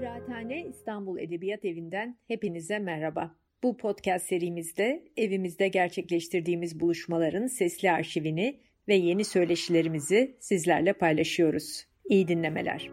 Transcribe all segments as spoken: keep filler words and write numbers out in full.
Kıraathane İstanbul Edebiyat Evi'nden hepinize merhaba. Bu podcast serimizde evimizde gerçekleştirdiğimiz buluşmaların sesli arşivini ve yeni söyleşilerimizi sizlerle paylaşıyoruz. İyi dinlemeler.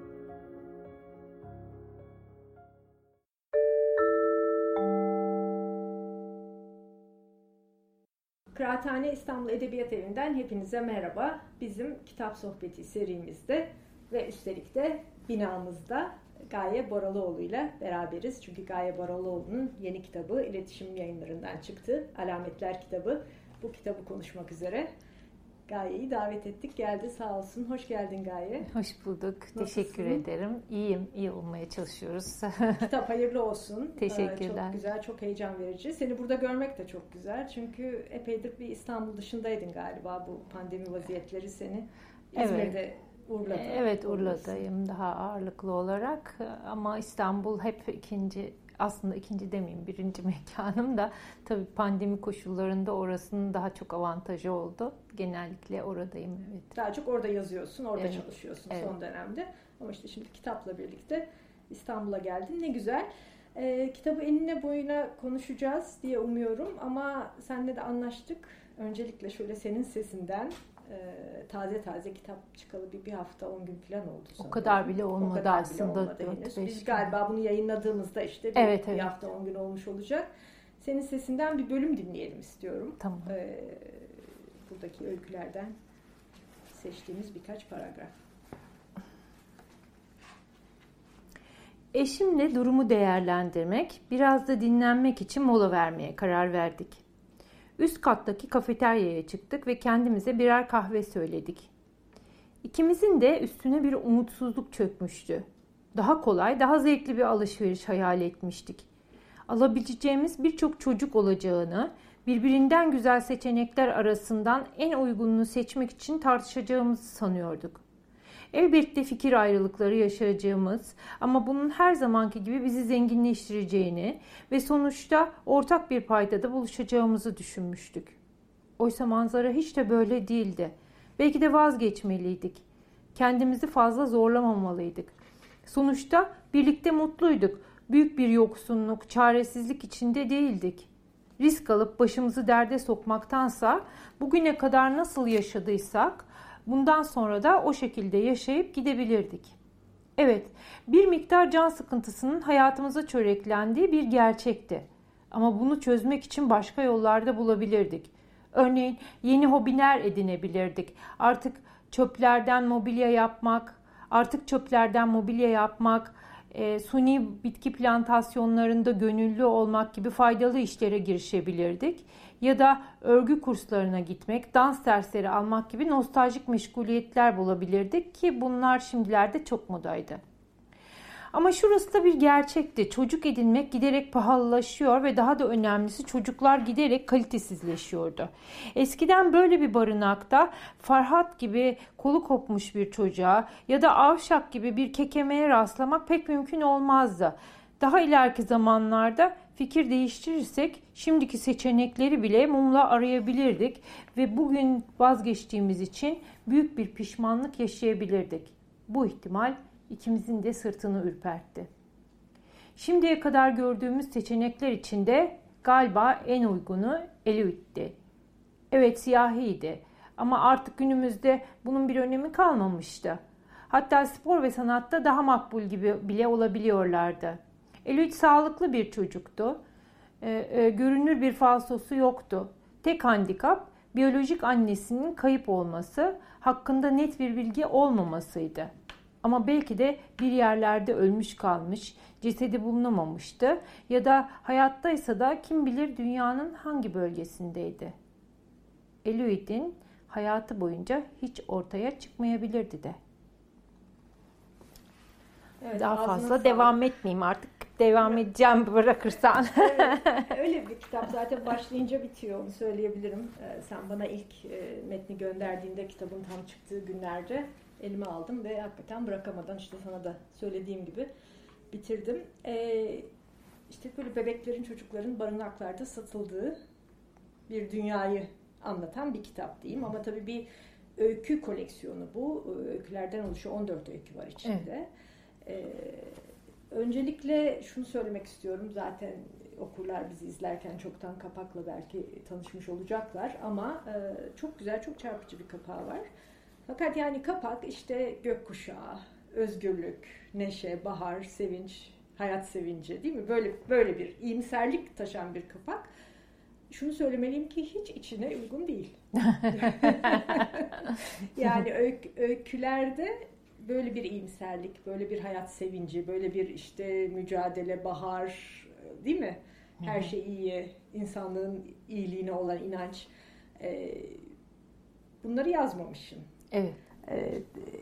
Kıraathane İstanbul Edebiyat Evi'nden hepinize merhaba. Bizim kitap sohbeti serimizde ve üstelik de binamızda Gaye Boralıoğlu ile beraberiz. Çünkü Gaye Boralıoğlu'nun yeni kitabı İletişim Yayınları'ndan çıktı. Alametler kitabı. Bu kitabı konuşmak üzere Gaye'yi davet ettik. Geldi sağ olsun. Hoş geldin Gaye. Hoş bulduk. Nasılsın? Teşekkür ederim. İyiyim. İyi olmaya çalışıyoruz. Kitap hayırlı olsun. Teşekkürler. Çok güzel, çok heyecan verici. Seni burada görmek de çok güzel. Çünkü epeydir bir İstanbul dışındaydın galiba. Bu pandemi vaziyetleri seni İzmir'de evet. Urla'da. Evet, Urla'dayım daha ağırlıklı olarak. Ama İstanbul hep ikinci, aslında ikinci demeyeyim, birinci mekanım da tabii pandemi koşullarında orasının daha çok avantajı oldu. Genellikle oradayım, evet. Daha çok orada yazıyorsun, orada evet. çalışıyorsun evet. son dönemde. Ama işte şimdi kitapla birlikte İstanbul'a geldin. Ne güzel. Ee, kitabı enine boyuna konuşacağız diye umuyorum. Ama seninle de anlaştık. Öncelikle şöyle senin sesinden e, taze taze kitap çıkalı bir, bir hafta on gün falan oldu sanırım. O kadar bile olmadı kadar aslında. Bile olmadı henüz. Biz galiba bunu yayınladığımızda işte bir, evet, bir evet. hafta on gün olmuş olacak. Senin sesinden bir bölüm dinleyelim istiyorum. Tamam. Ee, buradaki öykülerden seçtiğimiz birkaç paragraf. Eşimle durumu değerlendirmek, biraz da dinlenmek için mola vermeye karar verdik. Üst kattaki kafeteryaya çıktık ve kendimize birer kahve söyledik. İkimizin de üstüne bir umutsuzluk çökmüştü. Daha kolay, daha zevkli bir alışveriş hayal etmiştik. Alabileceğimiz birçok çocuk olacağını, birbirinden güzel seçenekler arasından en uygununu seçmek için tartışacağımızı sanıyorduk. Elbette fikir ayrılıkları yaşayacağımız ama bunun her zamanki gibi bizi zenginleştireceğini ve sonuçta ortak bir paydada buluşacağımızı düşünmüştük. Oysa manzara hiç de böyle değildi. Belki de vazgeçmeliydik. Kendimizi fazla zorlamamalıydık. Sonuçta birlikte mutluyduk. Büyük bir yoksunluk, çaresizlik içinde değildik. Risk alıp başımızı derde sokmaktansa bugüne kadar nasıl yaşadıysak bundan sonra da o şekilde yaşayıp gidebilirdik. Evet, bir miktar can sıkıntısının hayatımıza çöreklendiği bir gerçekti. Ama bunu çözmek için başka yollarda bulabilirdik. Örneğin yeni hobiler edinebilirdik. Artık çöplerden mobilya yapmak, artık çöplerden mobilya yapmak, e, suni bitki plantasyonlarında gönüllü olmak gibi faydalı işlere girişebilirdik. Ya da örgü kurslarına gitmek, dans dersleri almak gibi nostaljik meşguliyetler bulabilirdik ki bunlar şimdilerde çok modaydı. Ama şurası da bir gerçekti. Çocuk edinmek giderek pahalılaşıyor ve daha da önemlisi çocuklar giderek kalitesizleşiyordu. Eskiden böyle bir barınakta Farhat gibi kolu kopmuş bir çocuğa ya da Avşak gibi bir kekemeye rastlamak pek mümkün olmazdı. Daha ileriki zamanlarda fikir değiştirirsek şimdiki seçenekleri bile mumla arayabilirdik ve bugün vazgeçtiğimiz için büyük bir pişmanlık yaşayabilirdik. Bu ihtimal ikimizin de sırtını ürpertti. Şimdiye kadar gördüğümüz seçenekler içinde galiba en uygunu Eliüt'ti. Evet, siyahiydi ama artık günümüzde bunun bir önemi kalmamıştı. Hatta spor ve sanatta daha makbul gibi bile olabiliyorlardı. Eliüt sağlıklı bir çocuktu. Ee, e, görünür bir falsosu yoktu. Tek handikap biyolojik annesinin kayıp olması, hakkında net bir bilgi olmamasıydı. Ama belki de bir yerlerde ölmüş kalmış, cesedi bulunamamıştı ya da hayattaysa da kim bilir dünyanın hangi bölgesindeydi. Eliüt'in hayatı boyunca hiç ortaya çıkmayabilirdi de. Evet, daha fazla sağlık. Devam etmeyeyim artık. Devam evet. edeceğim bırakırsan. Evet, öyle bir kitap zaten başlayınca bitiyor, onu söyleyebilirim. Ee, sen bana ilk e, metni gönderdiğinde kitabın tam çıktığı günlerde elime aldım ve hakikaten bırakamadan işte sana da söylediğim gibi bitirdim. Ee, işte böyle bebeklerin, çocukların barınaklarda satıldığı bir dünyayı anlatan bir kitap diyeyim. Ama tabii bir öykü koleksiyonu bu. Öykülerden oluşuyor. on dört öykü var içinde. Evet. Ee, Öncelikle şunu söylemek istiyorum. Zaten okurlar bizi izlerken çoktan kapakla belki tanışmış olacaklar ama e, çok güzel, çok çarpıcı bir kapağı var. Fakat yani kapak işte gökkuşağı, özgürlük, neşe, bahar, sevinç, hayat sevinci, değil mi? Böyle böyle bir iyimserlik taşıyan bir kapak. Şunu söylemeliyim ki hiç içine uygun değil. Yani öykü, öykülerde böyle bir iyimserlik, böyle bir hayat sevinci, böyle bir işte mücadele, bahar, değil mi? Her şey iyi, insanlığın iyiliğine olan inanç. Ee, bunları yazmamışım. Evet. Ee,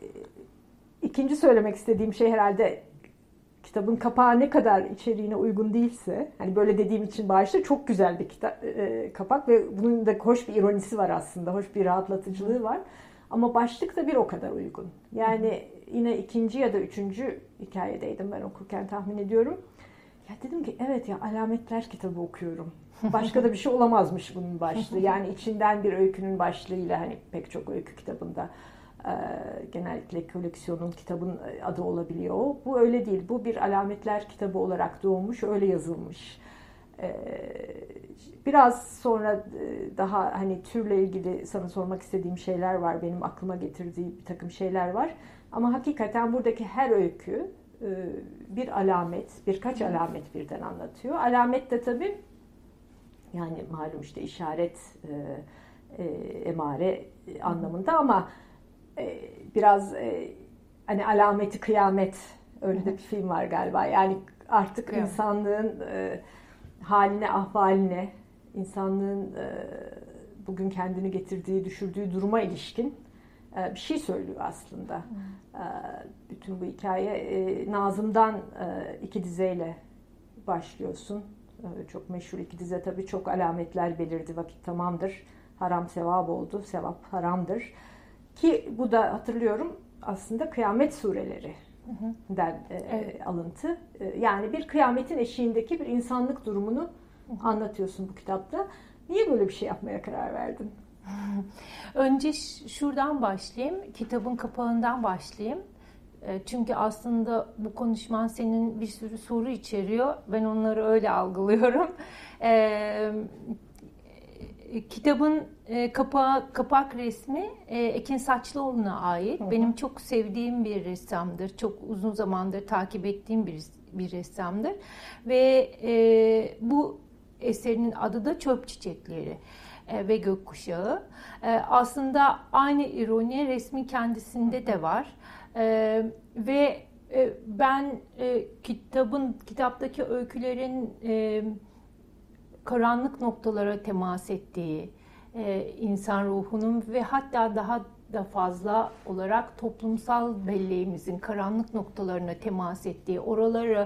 ikinci söylemek istediğim şey herhalde kitabın kapağı ne kadar içeriğine uygun değilse, hani böyle dediğim için başta çok güzel bir kitap, e, kapak ve bunun da hoş bir ironisi var aslında, hoş bir rahatlatıcılığı var. Ama başlık da bir o kadar uygun. Yani yine ikinci ya da üçüncü hikayedeydim ben okurken tahmin ediyorum. Ya dedim ki evet ya alametler kitabı okuyorum. Başka da bir şey olamazmış bunun başlığı. Yani içinden bir öykünün başlığıyla hani pek çok öykü kitabında e, genellikle koleksiyonun kitabın adı olabiliyor. Bu öyle değil. Bu bir alametler kitabı olarak doğmuş, öyle yazılmış. E, biraz sonra daha hani türle ilgili sana sormak istediğim şeyler var. Benim aklıma getirdiği bir takım şeyler var. Ama hakikaten buradaki her öykü bir alamet, birkaç alamet birden anlatıyor. Alamet de tabii yani malum işte işaret, e, e, emare anlamında ama e, biraz e, hani alameti kıyamet öyle de bir film var galiba. Yani artık kıyamet. insanlığın e, haline, ahvaline, insanlığın e, bugün kendini getirdiği, düşürdüğü duruma ilişkin bir şey söylüyor aslında. Hmm. Bütün bu hikaye Nazım'dan iki dizeyle başlıyorsun. Çok meşhur iki dize tabii çok alametler belirdi. Vakit tamamdır. Haram sevap oldu. Sevap haramdır. Ki bu da hatırlıyorum aslında kıyamet sureleri den evet. alıntı. Yani bir kıyametin eşiğindeki bir insanlık durumunu hı hı. anlatıyorsun bu kitapta. Niye böyle bir şey yapmaya karar verdin? Önce şuradan başlayayım, kitabın kapağından başlayayım. Çünkü aslında bu konuşman senin bir sürü soru içeriyor. Ben onları öyle algılıyorum. Ee, kitabın kapağı, kapak resmi Ekin Saçlıoğlu'na ait. Hı hı. Benim çok sevdiğim bir ressamdır. Çok uzun zamandır takip ettiğim bir, bir ressamdır. Ve e, bu eserinin adı da Çöp Çiçekleri ve Gökkuşağı. Aslında aynı ironi resmin kendisinde de var. Ve ben kitabın, kitaptaki öykülerin karanlık noktalara temas ettiği, insan ruhunun ve hatta daha da fazla olarak toplumsal belleğimizin karanlık noktalarına temas ettiği, oraları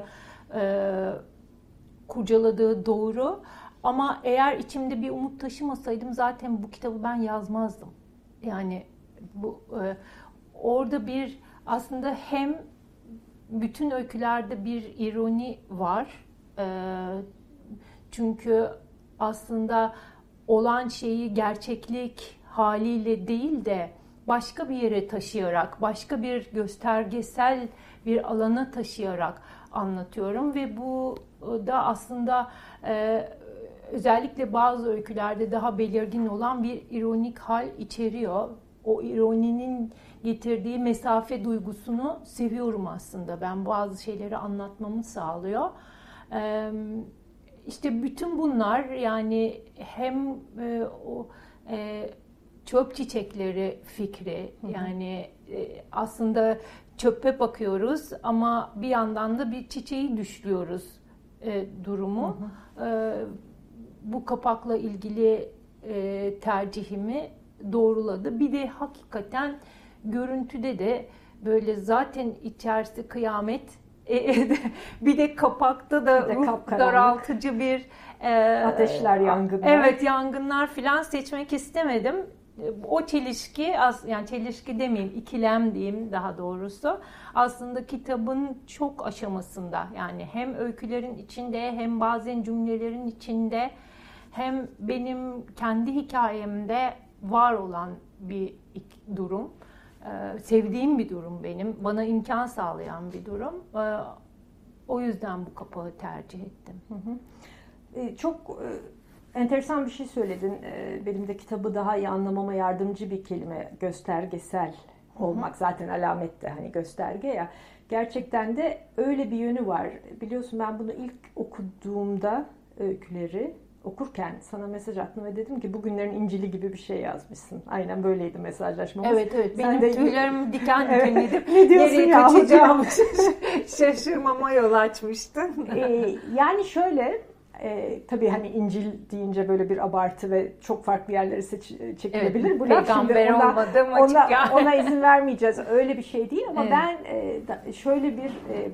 kurcaladığı doğru. Ama eğer içimde bir umut taşımasaydım zaten bu kitabı ben yazmazdım. Yani bu e, orada bir aslında hem bütün öykülerde bir ironi var. E, çünkü aslında olan şeyi gerçeklik haliyle değil de başka bir yere taşıyarak, başka bir göstergesel bir alana taşıyarak anlatıyorum ve bu da aslında e, özellikle bazı öykülerde daha belirgin olan bir ironik hal içeriyor. O ironinin getirdiği mesafe duygusunu seviyorum aslında. Ben bazı şeyleri anlatmamı sağlıyor. Ee, işte bütün bunlar yani hem e, o e, çöp çiçekleri fikri, hı hı. yani e, aslında çöpe bakıyoruz ama bir yandan da bir çiçeği düşlüyoruz e, durumu. Hı hı. E, bu kapakla ilgili e, tercihimi doğruladı. Bir de hakikaten görüntüde de böyle zaten içerisi kıyamet, e, bir de kapakta da de ruh daraltıcı bir e, ateşler, yangınlar. Evet, yangınlar falan seçmek istemedim. O çelişki, yani çelişki demeyeyim, ikilem diyeyim daha doğrusu. Aslında kitabın çok aşamasında, yani hem öykülerin içinde hem bazen cümlelerin içinde hem benim kendi hikayemde var olan bir durum. Ee, sevdiğim bir durum benim. Bana imkan sağlayan bir durum. Ee, O yüzden bu kapağı tercih ettim. Hı hı. E, çok e, enteresan bir şey söyledin. E, benim de kitabı daha iyi anlamama yardımcı bir kelime, göstergesel olmak. Hı hı. Zaten alamet de hani gösterge ya. Gerçekten de öyle bir yönü var. Biliyorsun ben bunu ilk okuduğumda öyküleri okurken sana mesaj attım ve dedim ki bugünlerin İncil'i gibi bir şey yazmışsın. Aynen böyleydi mesajlaşmamız. Evet evet. Benim de... tüylerim diken diken edip ne diyorsun nereye ya kaçacağımı şaşırmama yol açmıştın. ee, yani şöyle e, tabii hani İncil deyince böyle bir abartı ve çok farklı yerlere seç, çekilebilir. Evet, bu laf peygamber şimdi ona, olmadığım açık ona, yani. ona izin vermeyeceğiz. Öyle bir şey değil ama evet. ben e, şöyle bir e,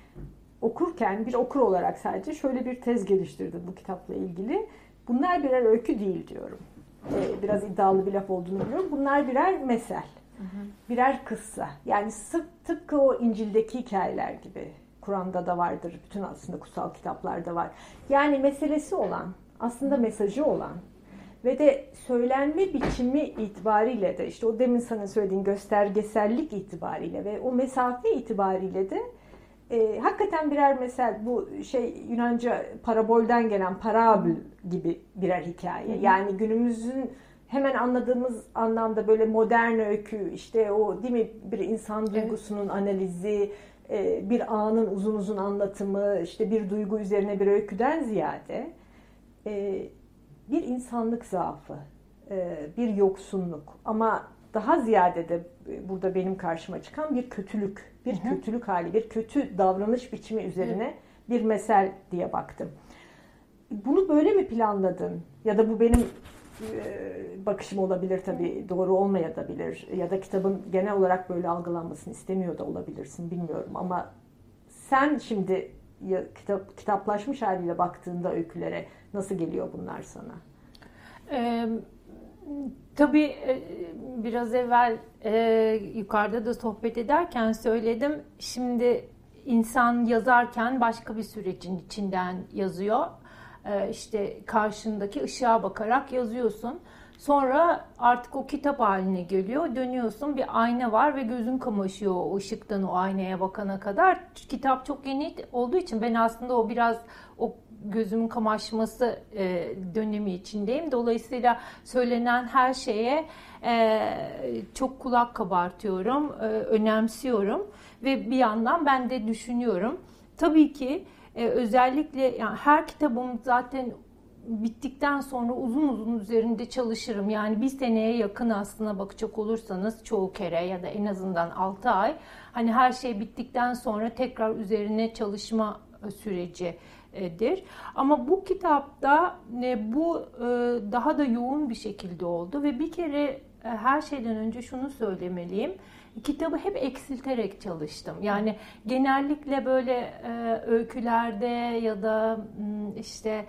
okurken bir okur olarak sadece şöyle bir tez geliştirdim bu kitapla ilgili. Bunlar birer öykü değil diyorum. Ee, biraz iddialı bir laf olduğunu biliyorum. Bunlar birer mesel. Hı hı. Birer kıssa. Yani tıpkı o İncil'deki hikayeler gibi. Kur'an'da da vardır. Bütün aslında kutsal kitaplarda var. Yani meselesi olan, aslında mesajı olan ve de söylenme biçimi itibariyle de işte o demin sana söylediğin göstergesellik itibariyle ve o mesafe itibariyle de E, hakikaten birer mesel bu şey Yunanca parabolden gelen parabol gibi birer hikaye. Hı hı. Yani günümüzün hemen anladığımız anlamda böyle modern öykü işte o değil mi bir insan duygusunun evet. analizi, e, bir anın uzun uzun anlatımı, işte bir duygu üzerine bir öyküden ziyade e, bir insanlık zaafı, e, bir yoksunluk ama daha ziyade de burada benim karşıma çıkan bir kötülük, bir hı hı. kötülük hali, bir kötü davranış biçimi üzerine hı. bir mesel diye baktım. Bunu böyle mi planladın? Ya da bu benim e, bakışım olabilir tabii, doğru olmayabilir. Ya da kitabın genel olarak böyle algılanmasını istemiyor da olabilirsin, bilmiyorum. Ama sen şimdi ya, kitap, kitaplaşmış haliyle baktığında öykülere nasıl geliyor bunlar sana? Evet. Tabii biraz evvel e, yukarıda da sohbet ederken söyledim. Şimdi insan yazarken başka bir sürecin içinden yazıyor. E, işte karşındaki ışığa bakarak yazıyorsun. Sonra artık o kitap haline geliyor. Dönüyorsun, bir ayna var ve gözün kamaşıyor o ışıktan o aynaya bakana kadar. Kitap çok yeni olduğu için ben aslında o biraz o gözümün kamaşması e, dönemi içindeyim. Dolayısıyla söylenen her şeye e, çok kulak kabartıyorum, e, önemsiyorum ve bir yandan ben de düşünüyorum. Tabii ki e, özellikle yani her kitabım zaten bittikten sonra uzun uzun üzerinde çalışırım. Yani bir seneye yakın aslına bakacak olursanız çoğu kere ya da en azından altı ay hani her şey bittikten sonra tekrar üzerine çalışma süreci dir. Ama bu kitapta bu daha da yoğun bir şekilde oldu ve bir kere her şeyden önce şunu söylemeliyim. Kitabı hep eksilterek çalıştım. Yani genellikle böyle öykülerde ya da işte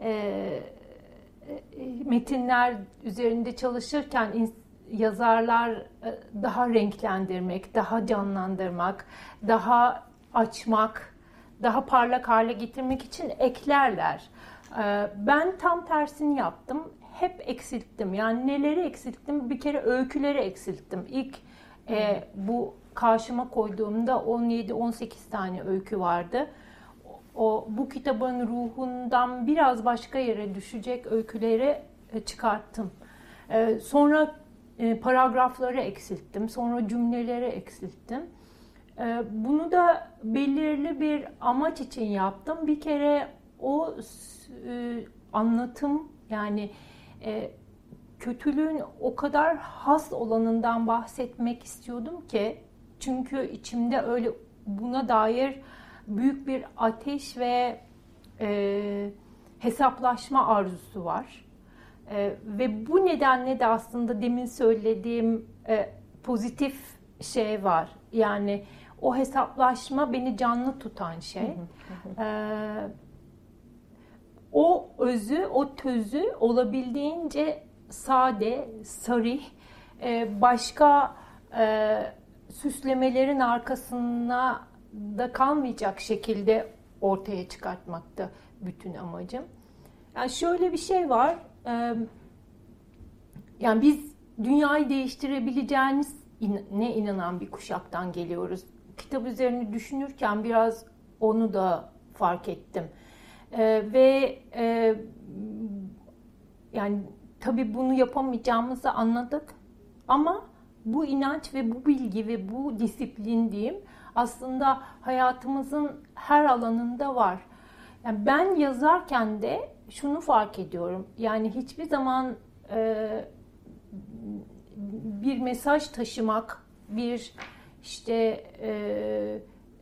metinler üzerinde çalışırken yazarlar daha renklendirmek, daha canlandırmak, daha açmak, daha parlak hale getirmek için eklerler. Ben tam tersini yaptım. Hep eksilttim. Yani neleri eksilttim? Bir kere öyküleri eksilttim. İlk e, bu karşıma koyduğumda on yedi on sekiz tane öykü vardı. O bu kitabın ruhundan biraz başka yere düşecek öyküleri çıkarttım. E, sonra e, paragrafları eksilttim. Sonra cümleleri eksilttim. Bunu da belirli bir amaç için yaptım. Bir kere o e, anlatım yani e, kötülüğün o kadar has olanından bahsetmek istiyordum ki çünkü içimde öyle buna dair büyük bir ateş ve e, hesaplaşma arzusu var. E, ve bu nedenle de aslında demin söylediğim e, pozitif şey var. Yani o hesaplaşma beni canlı tutan şey. ee, o özü, o tözü olabildiğince sade, sarih, e, başka e, süslemelerin arkasına da kalmayacak şekilde ortaya çıkartmakta bütün amacım. Yani şöyle bir şey var. E, yani biz dünyayı değiştirebileceğiniz ne inanan bir kuşaktan geliyoruz. Kitap üzerine düşünürken biraz Onu da fark ettim. Ee, ve e, yani tabii bunu yapamayacağımızı anladık. Ama bu inanç ve bu bilgi ve bu disiplin diyeyim aslında hayatımızın her alanında var. Yani ben yazarken de şunu fark ediyorum. Yani hiçbir zaman e, bir mesaj taşımak, bir işte e,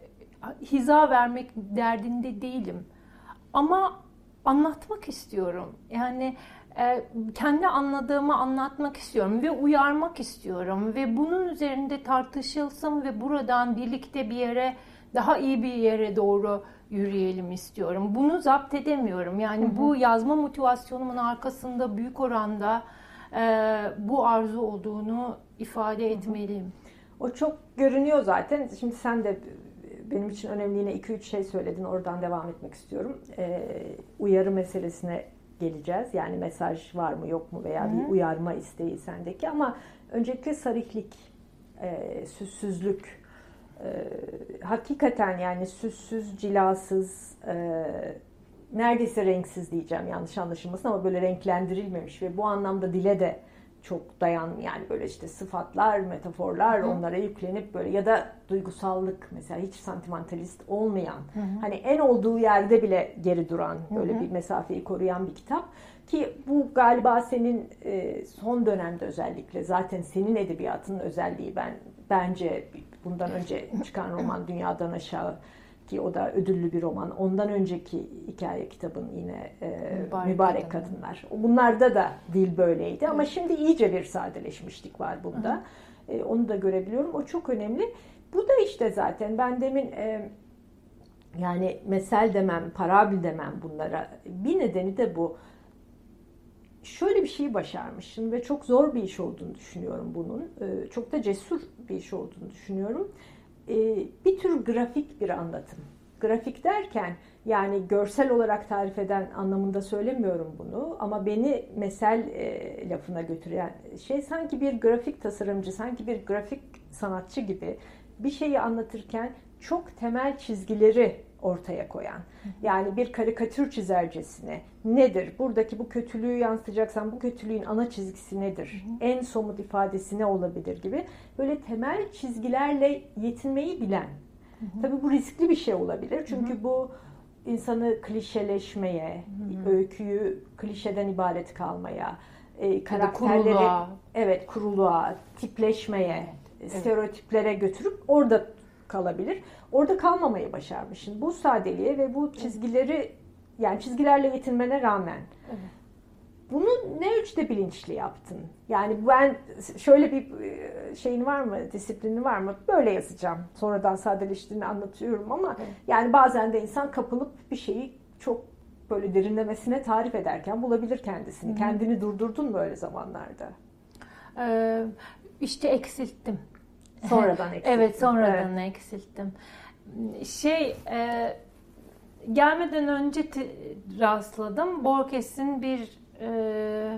hiza vermek derdinde değilim. Ama anlatmak istiyorum. Yani e, kendi anladığımı anlatmak istiyorum ve uyarmak istiyorum ve bunun üzerinde tartışılsın ve buradan birlikte bir yere, daha iyi bir yere doğru yürüyelim istiyorum. Bunu zapt edemiyorum. Yani hı hı. Bu yazma motivasyonumun arkasında büyük oranda e, bu arzu olduğunu ifade etmeliyim. O çok görünüyor zaten. Şimdi sen de benim için önemli yine iki üç şey söyledin. Oradan devam etmek istiyorum. Ee, uyarı meselesine geleceğiz. Yani mesaj var mı yok mu veya Hı. bir uyarma isteği sendeki. Ama öncelikle sarihlik, e, süssüzlük. E, hakikaten yani süssüz, cilasız, e, neredeyse renksiz diyeceğim yanlış anlaşılmasın ama böyle renklendirilmemiş ve bu anlamda dile de çok dayan yani böyle işte sıfatlar, metaforlar Hı. onlara yüklenip böyle ya da duygusallık mesela hiç sentimentalist olmayan Hı. hani en olduğu yerde bile geri duran böyle Hı. bir mesafeyi koruyan bir kitap ki bu galiba senin e, son dönemde özellikle zaten senin edebiyatının özelliği ben bence bundan önce çıkan roman Dünyadan Aşağı ki o da ödüllü bir roman. Ondan önceki hikaye kitabın yine e, Mübarek, Mübarek Kadınlar. Kadınlar. Bunlarda da dil böyleydi evet. Ama şimdi iyice bir sadeleşmişlik var bunda. E, onu da görebiliyorum. O çok önemli. Bu da işte zaten ben demin e, yani mesel demem, parabil demem bunlara. Bir nedeni de bu. Şöyle bir şeyi başarmışsın ve çok zor bir iş olduğunu düşünüyorum bunun. E, çok da cesur bir iş olduğunu düşünüyorum. Bir tür grafik bir anlatım. Grafik derken yani görsel olarak tarif eden anlamında söylemiyorum bunu ama beni mesel e, lafına götüren şey sanki bir grafik tasarımcı, sanki bir grafik sanatçı gibi bir şeyi anlatırken çok temel çizgileri ortaya koyan. Yani bir karikatür çizercesine nedir? Buradaki bu kötülüğü yansıtacaksan bu kötülüğün ana çizgisi nedir? Hı hı. En somut ifadesi ne olabilir gibi böyle temel çizgilerle yetinmeyi bilen. Hı hı. Tabii bu riskli bir şey olabilir. Çünkü hı hı. bu insanı klişeleşmeye, hı hı. öyküyü klişeden ibaret kalmaya, e, karakterleri kuruluğa. evet kuruluğa, tipleşmeye, evet. stereotiplere götürüp orada kalabilir. Orada kalmamayı başarmışsın. Bu sadeliğe ve bu çizgileri yani çizgilerle yetinmene rağmen evet. bunu ne ölçüde bilinçli yaptın? Yani ben şöyle bir şeyin var mı, disiplini var mı? Böyle yazacağım. Sonradan sadeleştiğini anlatıyorum ama evet. yani bazen de insan kapılıp bir şeyi çok böyle derinlemesine tarif ederken bulabilir kendisini. Hı-hı. Kendini durdurdun mu öyle zamanlarda? Ee, işte eksilttim. Sonradan eksilttim. Evet, sonradan evet. eksilttim. Şey, e, gelmeden önce t- rastladım. Borges'in bir e,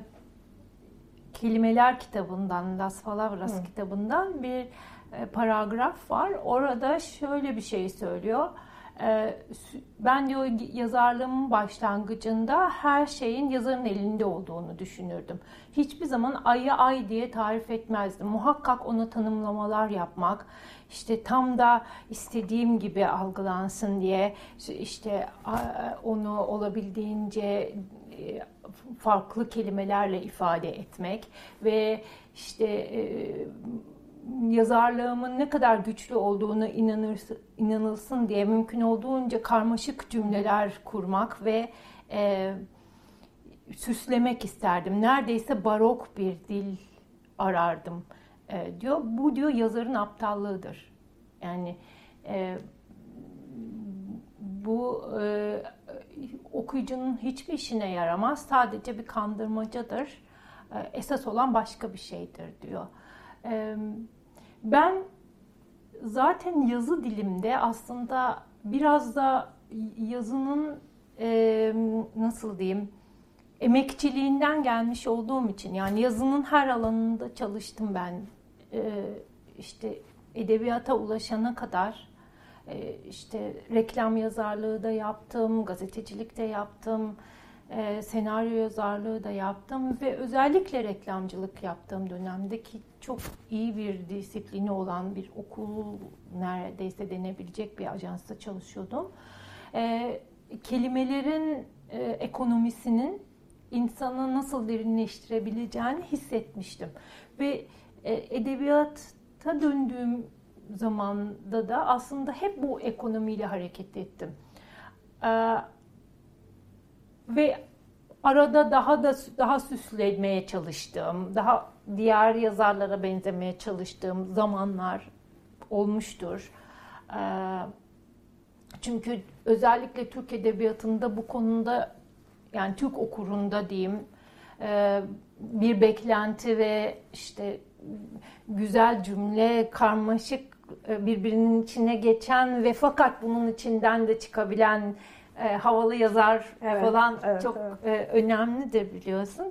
kelimeler kitabından, Das Palavras Hı. kitabından bir e, paragraf var. Orada şöyle bir şey söylüyor. E, ben diyor yazarlığımın başlangıcında her şeyin yazarın elinde olduğunu düşünürdüm. Hiçbir zaman ayı ay diye tarif etmezdim. Muhakkak ona tanımlamalar yapmak, işte tam da istediğim gibi algılansın diye işte onu olabildiğince farklı kelimelerle ifade etmek ve işte yazarlığımın ne kadar güçlü olduğunu inanırsın, inanılsın diye mümkün olduğunca karmaşık cümleler kurmak ve e, süslemek isterdim. Neredeyse barok bir dil arardım e, diyor. Bu diyor yazarın aptallığıdır. Yani e, bu e, okuyucunun hiçbir işine yaramaz. Sadece bir kandırmacadır. E, esas olan başka bir şeydir diyor. E, ben zaten yazı dilimde aslında biraz da yazının e, nasıl diyeyim emekçiliğinden gelmiş olduğum için yani yazının her alanında çalıştım ben. E, işte edebiyata ulaşana kadar e, işte reklam yazarlığı da yaptım, gazetecilik de yaptım, e, senaryo yazarlığı da yaptım ve özellikle reklamcılık yaptığım dönemdeki çok iyi bir disiplini olan bir okul neredeyse denebilecek bir ajansta çalışıyordum. E, kelimelerin e, ekonomisinin insanı nasıl derinleştirebileceğini hissetmiştim. Ve e, edebiyata döndüğüm zamanda da aslında hep bu ekonomiyle hareket ettim. E, ve arada daha da daha süslemeye çalıştığım, daha diğer yazarlara benzemeye çalıştığım zamanlar olmuştur. E, çünkü özellikle Türk edebiyatında bu konuda, yani Türk okurunda diyeyim, bir beklenti ve işte güzel cümle, karmaşık, birbirinin içine geçen ve fakat bunun içinden de çıkabilen havalı yazar evet, falan evet, çok evet. önemlidir biliyorsun.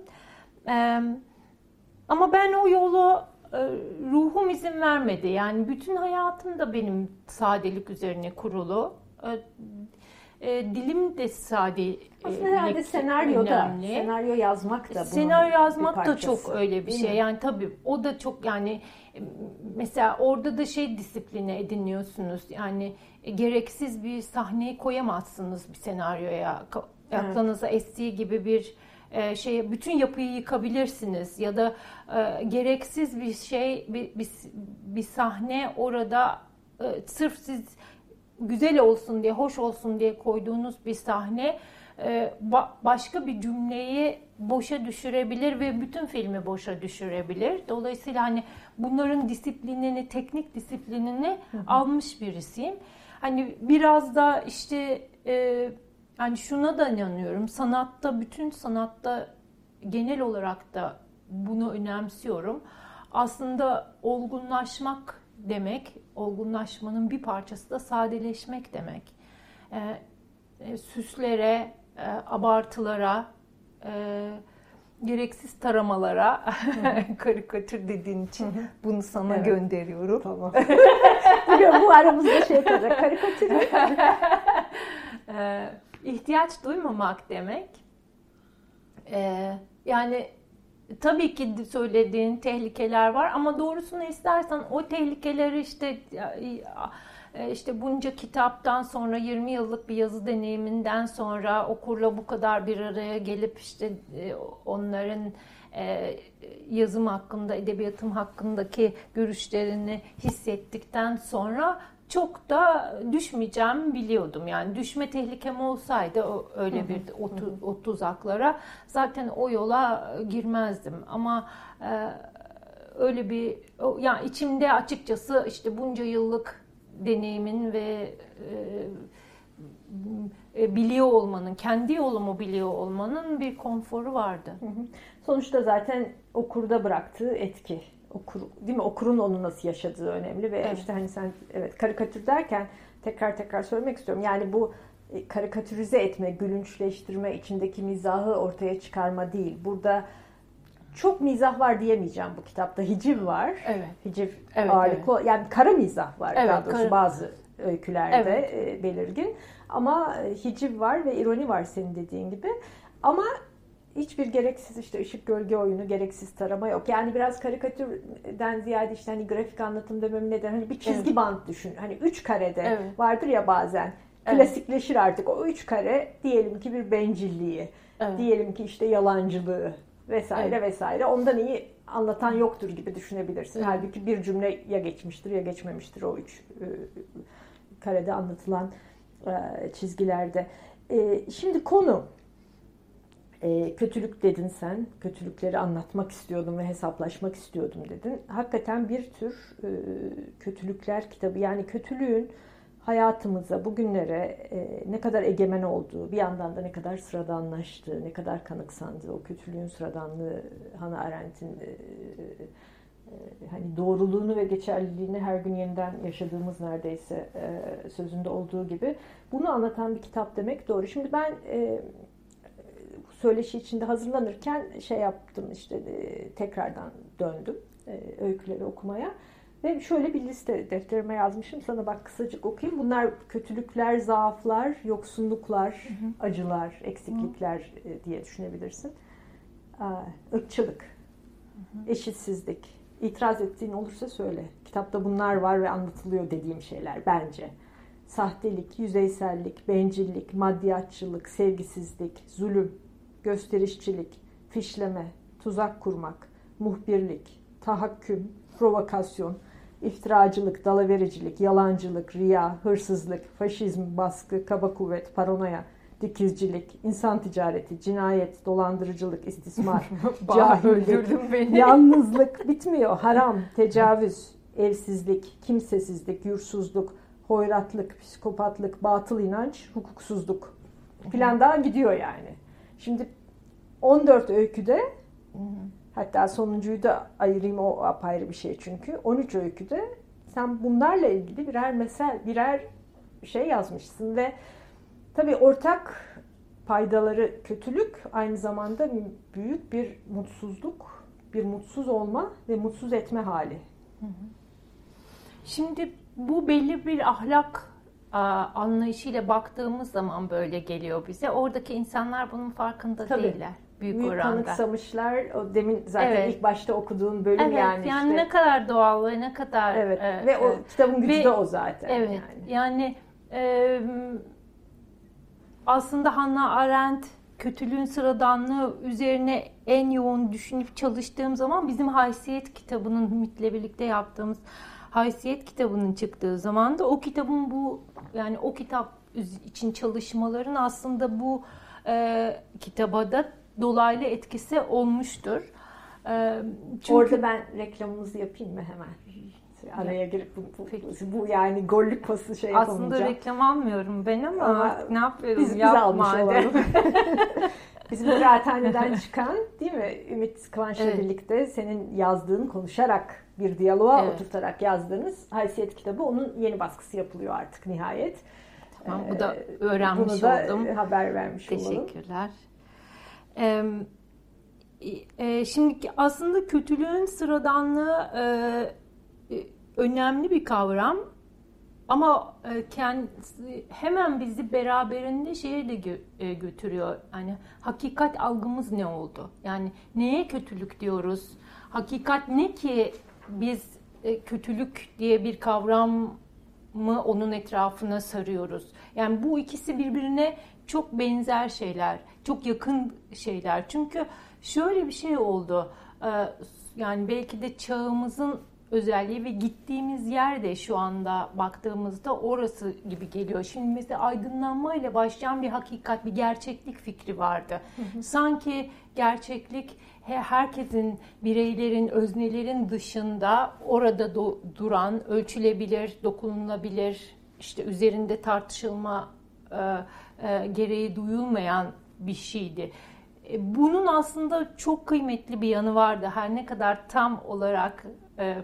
Ama ben o yolu, ruhum izin vermedi. Yani bütün hayatım da benim sadelik üzerine kurulu. E, dilim de sade. Aslında herhalde senaryo da, senaryo yazmak da bunun senaryo yazmak bir da çok öyle bir şey. Mi? Yani tabii o da çok, yani mesela orada da şey disiplini ediniyorsunuz. Yani e, gereksiz bir sahneyi koyamazsınız bir senaryoya. Aklınıza evet. estiği gibi bir e, şey, bütün yapıyı yıkabilirsiniz ya da e, gereksiz bir şey, bir, bir, bir sahne orada e, sırf siz güzel olsun diye, hoş olsun diye koyduğunuz bir sahne başka bir cümleyi boşa düşürebilir ve bütün filmi boşa düşürebilir. Dolayısıyla hani bunların disiplinini, teknik disiplinini hı hı. almış birisiyim. Hani biraz da işte e, hani şuna da inanıyorum. Sanatta, bütün sanatta genel olarak da bunu önemsiyorum. Aslında olgunlaşmak demek, olgunlaşmanın bir parçası da sadeleşmek demek. E, e, süslere, e, abartılara, e, gereksiz taramalara, karikatür dediğin için bunu sana evet. gönderiyorum. Tamam. Biliyorum, bu aramızda şey kalacak, karikatür. e, ihtiyaç duymamak demek. E, yani tabii ki söylediğin tehlikeler var ama doğrusunu istersen o tehlikeleri işte işte bunca kitaptan sonra, yirmi yıllık bir yazı deneyiminden sonra okurla bu kadar bir araya gelip işte onların yazım hakkında, edebiyatım hakkındaki görüşlerini hissettikten sonra çok da düşmeyeceğimi biliyordum. Yani düşme tehlikem olsaydı öyle bir o, o tuzaklara zaten o yola girmezdim. Ama e, öyle bir, yani içimde açıkçası işte bunca yıllık deneyimin ve e, biliyor olmanın, kendi yolumu biliyor olmanın bir konforu vardı. Sonuçta zaten okurda bıraktığı etki. Okur, değil mi? Okurun onu nasıl yaşadığı önemli ve evet. işte hani sen evet karikatür derken tekrar tekrar söylemek istiyorum. Yani bu karikatürize etme, gülünçleştirme, içindeki mizahı ortaya çıkarma değil. Burada çok mizah var diyemeyeceğim bu kitapta. Hiciv var. Evet. Hiciv evet, ağırlıklı. Evet. Yani kara mizah var evet, daha doğrusu kara... bazı öykülerde evet. belirgin. Ama hiciv var ve ironi var senin dediğin gibi. Ama hiçbir gereksiz işte ışık gölge oyunu, gereksiz tarama yok. Yani biraz karikatürden ziyade işte hani grafik anlatım demem neden, hani bir çizgi evet. bant düşün. Hani üç karede evet. vardır ya bazen. Evet. Klasikleşir artık o üç kare, diyelim ki bir bencilliği, evet. diyelim ki işte yalancılığı vesaire evet. vesaire. Ondan iyi anlatan yoktur gibi düşünebilirsin. Evet. Halbuki bir cümle ya geçmiştir ya geçmemiştir o üç e, karede anlatılan e, çizgilerde. E, şimdi konu E, kötülük dedin sen. Kötülükleri anlatmak istiyordum ve hesaplaşmak istiyordum dedin. Hakikaten bir tür e, kötülükler kitabı. Yani kötülüğün hayatımıza, bugünlere e, ne kadar egemen olduğu, bir yandan da ne kadar sıradanlaştığı, ne kadar kanıksandığı, o kötülüğün sıradanlığı, Hannah Arendt'in e, e, hani doğruluğunu ve geçerliliğini her gün yeniden yaşadığımız neredeyse e, sözünde olduğu gibi bunu anlatan bir kitap demek doğru. Şimdi ben e, söyleşi içinde hazırlanırken şey yaptım işte e, tekrardan döndüm e, öyküleri okumaya Ve şöyle bir liste defterime yazmışım. Sana bak kısacık okuyayım. Bunlar kötülükler, zaaflar, yoksunluklar, hı hı. acılar, eksiklikler hı. diye düşünebilirsin. Irkçılık, hı hı. eşitsizlik. İtiraz ettiğin olursa söyle. Kitapta bunlar var ve anlatılıyor dediğim şeyler bence. Sahtelik, yüzeysellik, bencillik, maddiyatçılık, sevgisizlik, zulüm, gösterişçilik, fişleme, tuzak kurmak, muhbirlik, tahakküm, provokasyon, iftiracılık, dalavericilik, yalancılık, riya, hırsızlık, faşizm, baskı, kaba kuvvet, paranoya, dikizcilik, insan ticareti, cinayet, dolandırıcılık, istismar, cahillik, yalnızlık, bitmiyor, haram, tecavüz, evsizlik, kimsesizlik, yursuzluk, hoyratlık, psikopatlık, batıl inanç, hukuksuzluk filan daha gidiyor yani. Şimdi on dört öyküde, hatta sonuncuyu da ayırayım, o apayrı bir şey çünkü. on üç öyküde sen bunlarla ilgili birer mesel, birer şey yazmışsın ve tabii ortak paydaları kötülük, aynı zamanda büyük bir mutsuzluk, bir mutsuz olma ve mutsuz etme hali. Şimdi bu belli bir ahlak anlayışıyla baktığımız zaman böyle geliyor bize. Oradaki insanlar bunun farkında Tabii. değiller. Büyük, büyük oranda. Kanıksamışlar. O demin zaten evet. ilk başta okuduğun bölüm evet, yani, yani işte. ne kadar doğal ve ne kadar... Evet. E, ve o e, kitabın gücü ve, de o zaten. Evet. Yani, yani e, aslında Hannah Arendt kötülüğün sıradanlığı üzerine en yoğun düşünüp çalıştığım zaman bizim Haysiyet kitabının Ümit'le birlikte yaptığımız Haysiyet kitabının çıktığı zaman da o kitabın bu yani o kitap için çalışmaların aslında bu e, kitaba da dolaylı etkisi olmuştur. E, çünkü... Orada ben reklamımızı yapayım mı hemen? Araya girip bu, bu, bu yani gollük pası şey yapamayacağım. Aslında reklam almıyorum ben ama, ama ne yapıyorum? Biz, biz almış olalım. Bizim kıraathaneden çıkan, değil mi? Ümit Kıvanç'la evet. birlikte senin yazdığın, konuşarak bir diyaloğa evet. oturtarak yazdığınız Haysiyet kitabı, onun yeni baskısı yapılıyor artık nihayet. Tamam, bu da öğrenmiş Bunu da oldum. haber vermiş Teşekkürler. olalım. Teşekkürler. Ee, e, şimdi aslında kötülüğün sıradanlığı e, önemli bir kavram. Ama kendisi hemen bizi beraberinde şeye de gö- götürüyor. Yani hakikat algımız ne oldu? Yani neye kötülük diyoruz? Hakikat ne ki biz kötülük diye bir kavramı onun etrafına sarıyoruz? Yani bu ikisi birbirine çok benzer şeyler, çok yakın şeyler. Çünkü şöyle bir şey oldu. Yani belki de çağımızın özelliği ve gittiğimiz yerde şu anda baktığımızda orası gibi geliyor. Şimdi mesela aydınlanmayla başlayan bir hakikat, bir gerçeklik fikri vardı. Hı hı. Sanki gerçeklik herkesin, bireylerin, öznelerin dışında orada do- duran, ölçülebilir, dokunulabilir, işte üzerinde tartışılma e, e, gereği duyulmayan bir şeydi. E, bunun aslında çok kıymetli bir yanı vardı. Her ne kadar tam olarak e,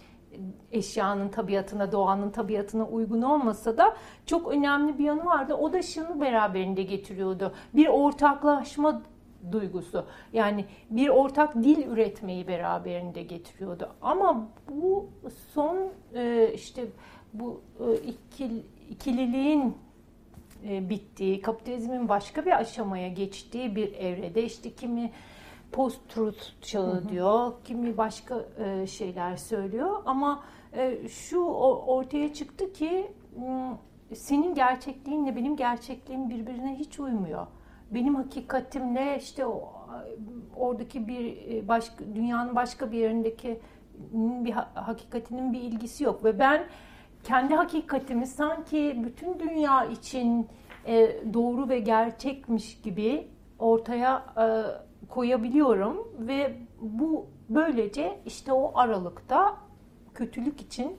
eşyanın tabiatına, doğanın tabiatına uygun olmasa da çok önemli bir yanı vardı. O da şunu beraberinde getiriyordu. Bir ortaklaşma duygusu. Yani bir ortak dil üretmeyi beraberinde getiriyordu. Ama bu son işte bu ikil, ikililiğin bittiği, kapitalizmin başka bir aşamaya geçtiği bir evrede işte kimi post-truth çağı hı hı. diyor, kimi başka e, şeyler söylüyor ama e, şu o, ortaya çıktı ki m, senin gerçekliğinle benim gerçekliğim birbirine hiç uymuyor. Benim hakikatimle işte o, oradaki bir başka dünyanın başka bir yerindeki bir hakikatinin bir ilgisi yok ve ben kendi hakikatimi sanki bütün dünya için e, doğru ve gerçekmiş gibi ortaya e, koyabiliyorum ve bu böylece işte o aralıkta kötülük için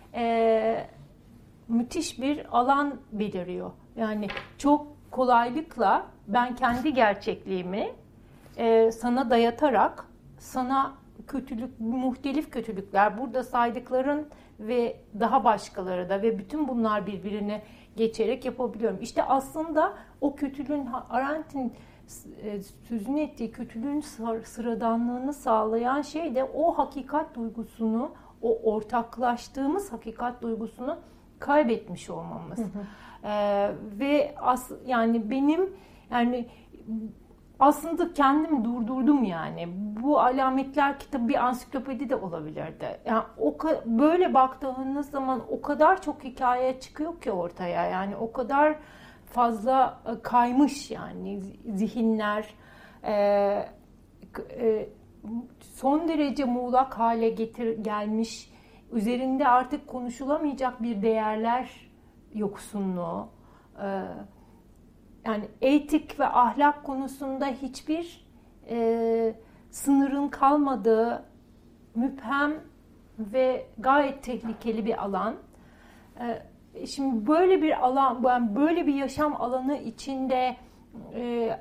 e, müthiş bir alan beliriyor. Yani çok kolaylıkla ben kendi gerçekliğimi e, sana dayatarak sana kötülük, muhtelif kötülükler, burada saydıkların ve daha başkaları da ve bütün bunlar birbirine geçerek yapabiliyorum. İşte aslında o kötülüğün, Arendt'in sözünü ettiği kötülüğün sıradanlığını sağlayan şey de o hakikat duygusunu o ortaklaştığımız hakikat duygusunu kaybetmiş olmamız. Hı hı. Ee, ve as, yani benim yani aslında kendimi durdurdum yani. Bu alametler kitabı bir ansiklopedi de olabilirdi. Yani o böyle baktığınız zaman o kadar çok hikaye çıkıyor ki ortaya. Yani o kadar fazla kaymış yani zihinler. E, e, son derece muğlak hale getir gelmiş. Üzerinde artık konuşulamayacak bir değerler yoksunluğu. E, Yani etik ve ahlak konusunda hiçbir e, sınırın kalmadığı müphem ve gayet tehlikeli bir alan. E, şimdi böyle bir alan, yani böyle bir yaşam alanı içinde e,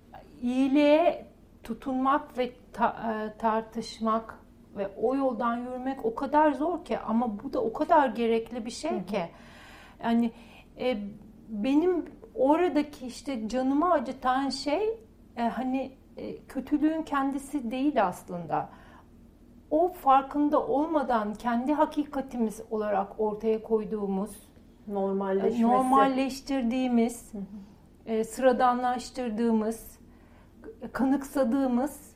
iyiliğe tutunmak ve ta, e, tartışmak ve o yoldan yürümek o kadar zor ki, ama bu da o kadar gerekli bir şey ki. Yani e, benim oradaki işte canımı acıtan şey e, hani e, kötülüğün kendisi değil aslında. O farkında olmadan kendi hakikatimiz olarak ortaya koyduğumuz, normalleşmesi, normalleştirdiğimiz, hı hı. E, sıradanlaştırdığımız, kanıksadığımız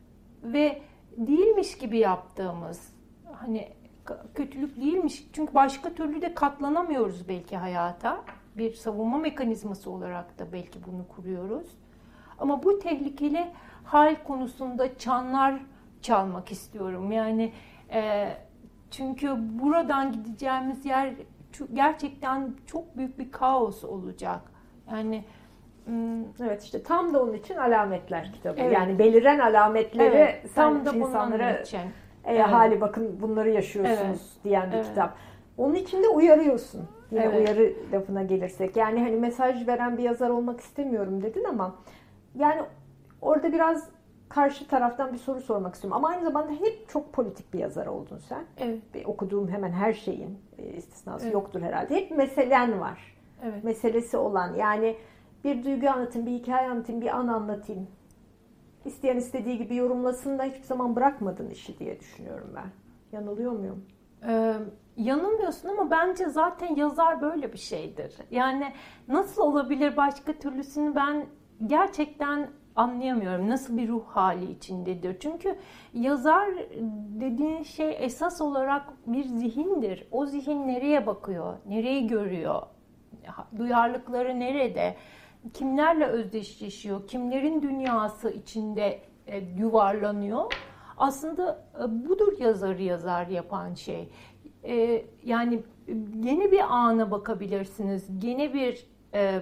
ve değilmiş gibi yaptığımız, hani kötülük değilmiş, çünkü başka türlü de katlanamıyoruz belki hayata. Bir savunma mekanizması olarak da belki bunu kuruyoruz. Ama bu tehlikeli hal konusunda çanlar çalmak istiyorum. Yani e, çünkü buradan gideceğimiz yer gerçekten çok büyük bir kaos olacak. Yani evet, işte tam da onun için alametler kitabı. Evet. Yani beliren alametleri evet, tam da insanlara için. E, evet. hali bakın bunları yaşıyorsunuz evet. diyen bir evet. kitap. Onun için de uyarıyorsun. Yine evet. uyarı lafına gelirsek. Yani hani mesaj veren bir yazar olmak istemiyorum dedin ama yani orada biraz karşı taraftan bir soru sormak istiyorum. Ama aynı zamanda hep çok politik bir yazar oldun sen. Evet. Ve okuduğum hemen her şeyin istisnası evet. yoktur herhalde. Hep meselen var. Evet. Meselesi olan, yani bir duygu anlatayım, bir hikaye anlatayım, bir an anlatayım. İsteyen istediği gibi yorumlasın da hiçbir zaman bırakmadın işi diye düşünüyorum ben. Yanılıyor muyum? Ee, yanılmıyorsun ama bence zaten yazar böyle bir şeydir. Yani nasıl olabilir başka türlüsünü ben gerçekten anlayamıyorum. Nasıl bir ruh hali içindedir? Çünkü yazar dediğin şey esas olarak bir zihindir. O zihin nereye bakıyor? Nereyi görüyor? Duyarlılıkları nerede? Kimlerle özdeşleşiyor? Kimlerin dünyası içinde e, yuvarlanıyor? Aslında e, budur yazarı yazar yapan şey. E, yani yeni bir ana bakabilirsiniz. Yeni bir e,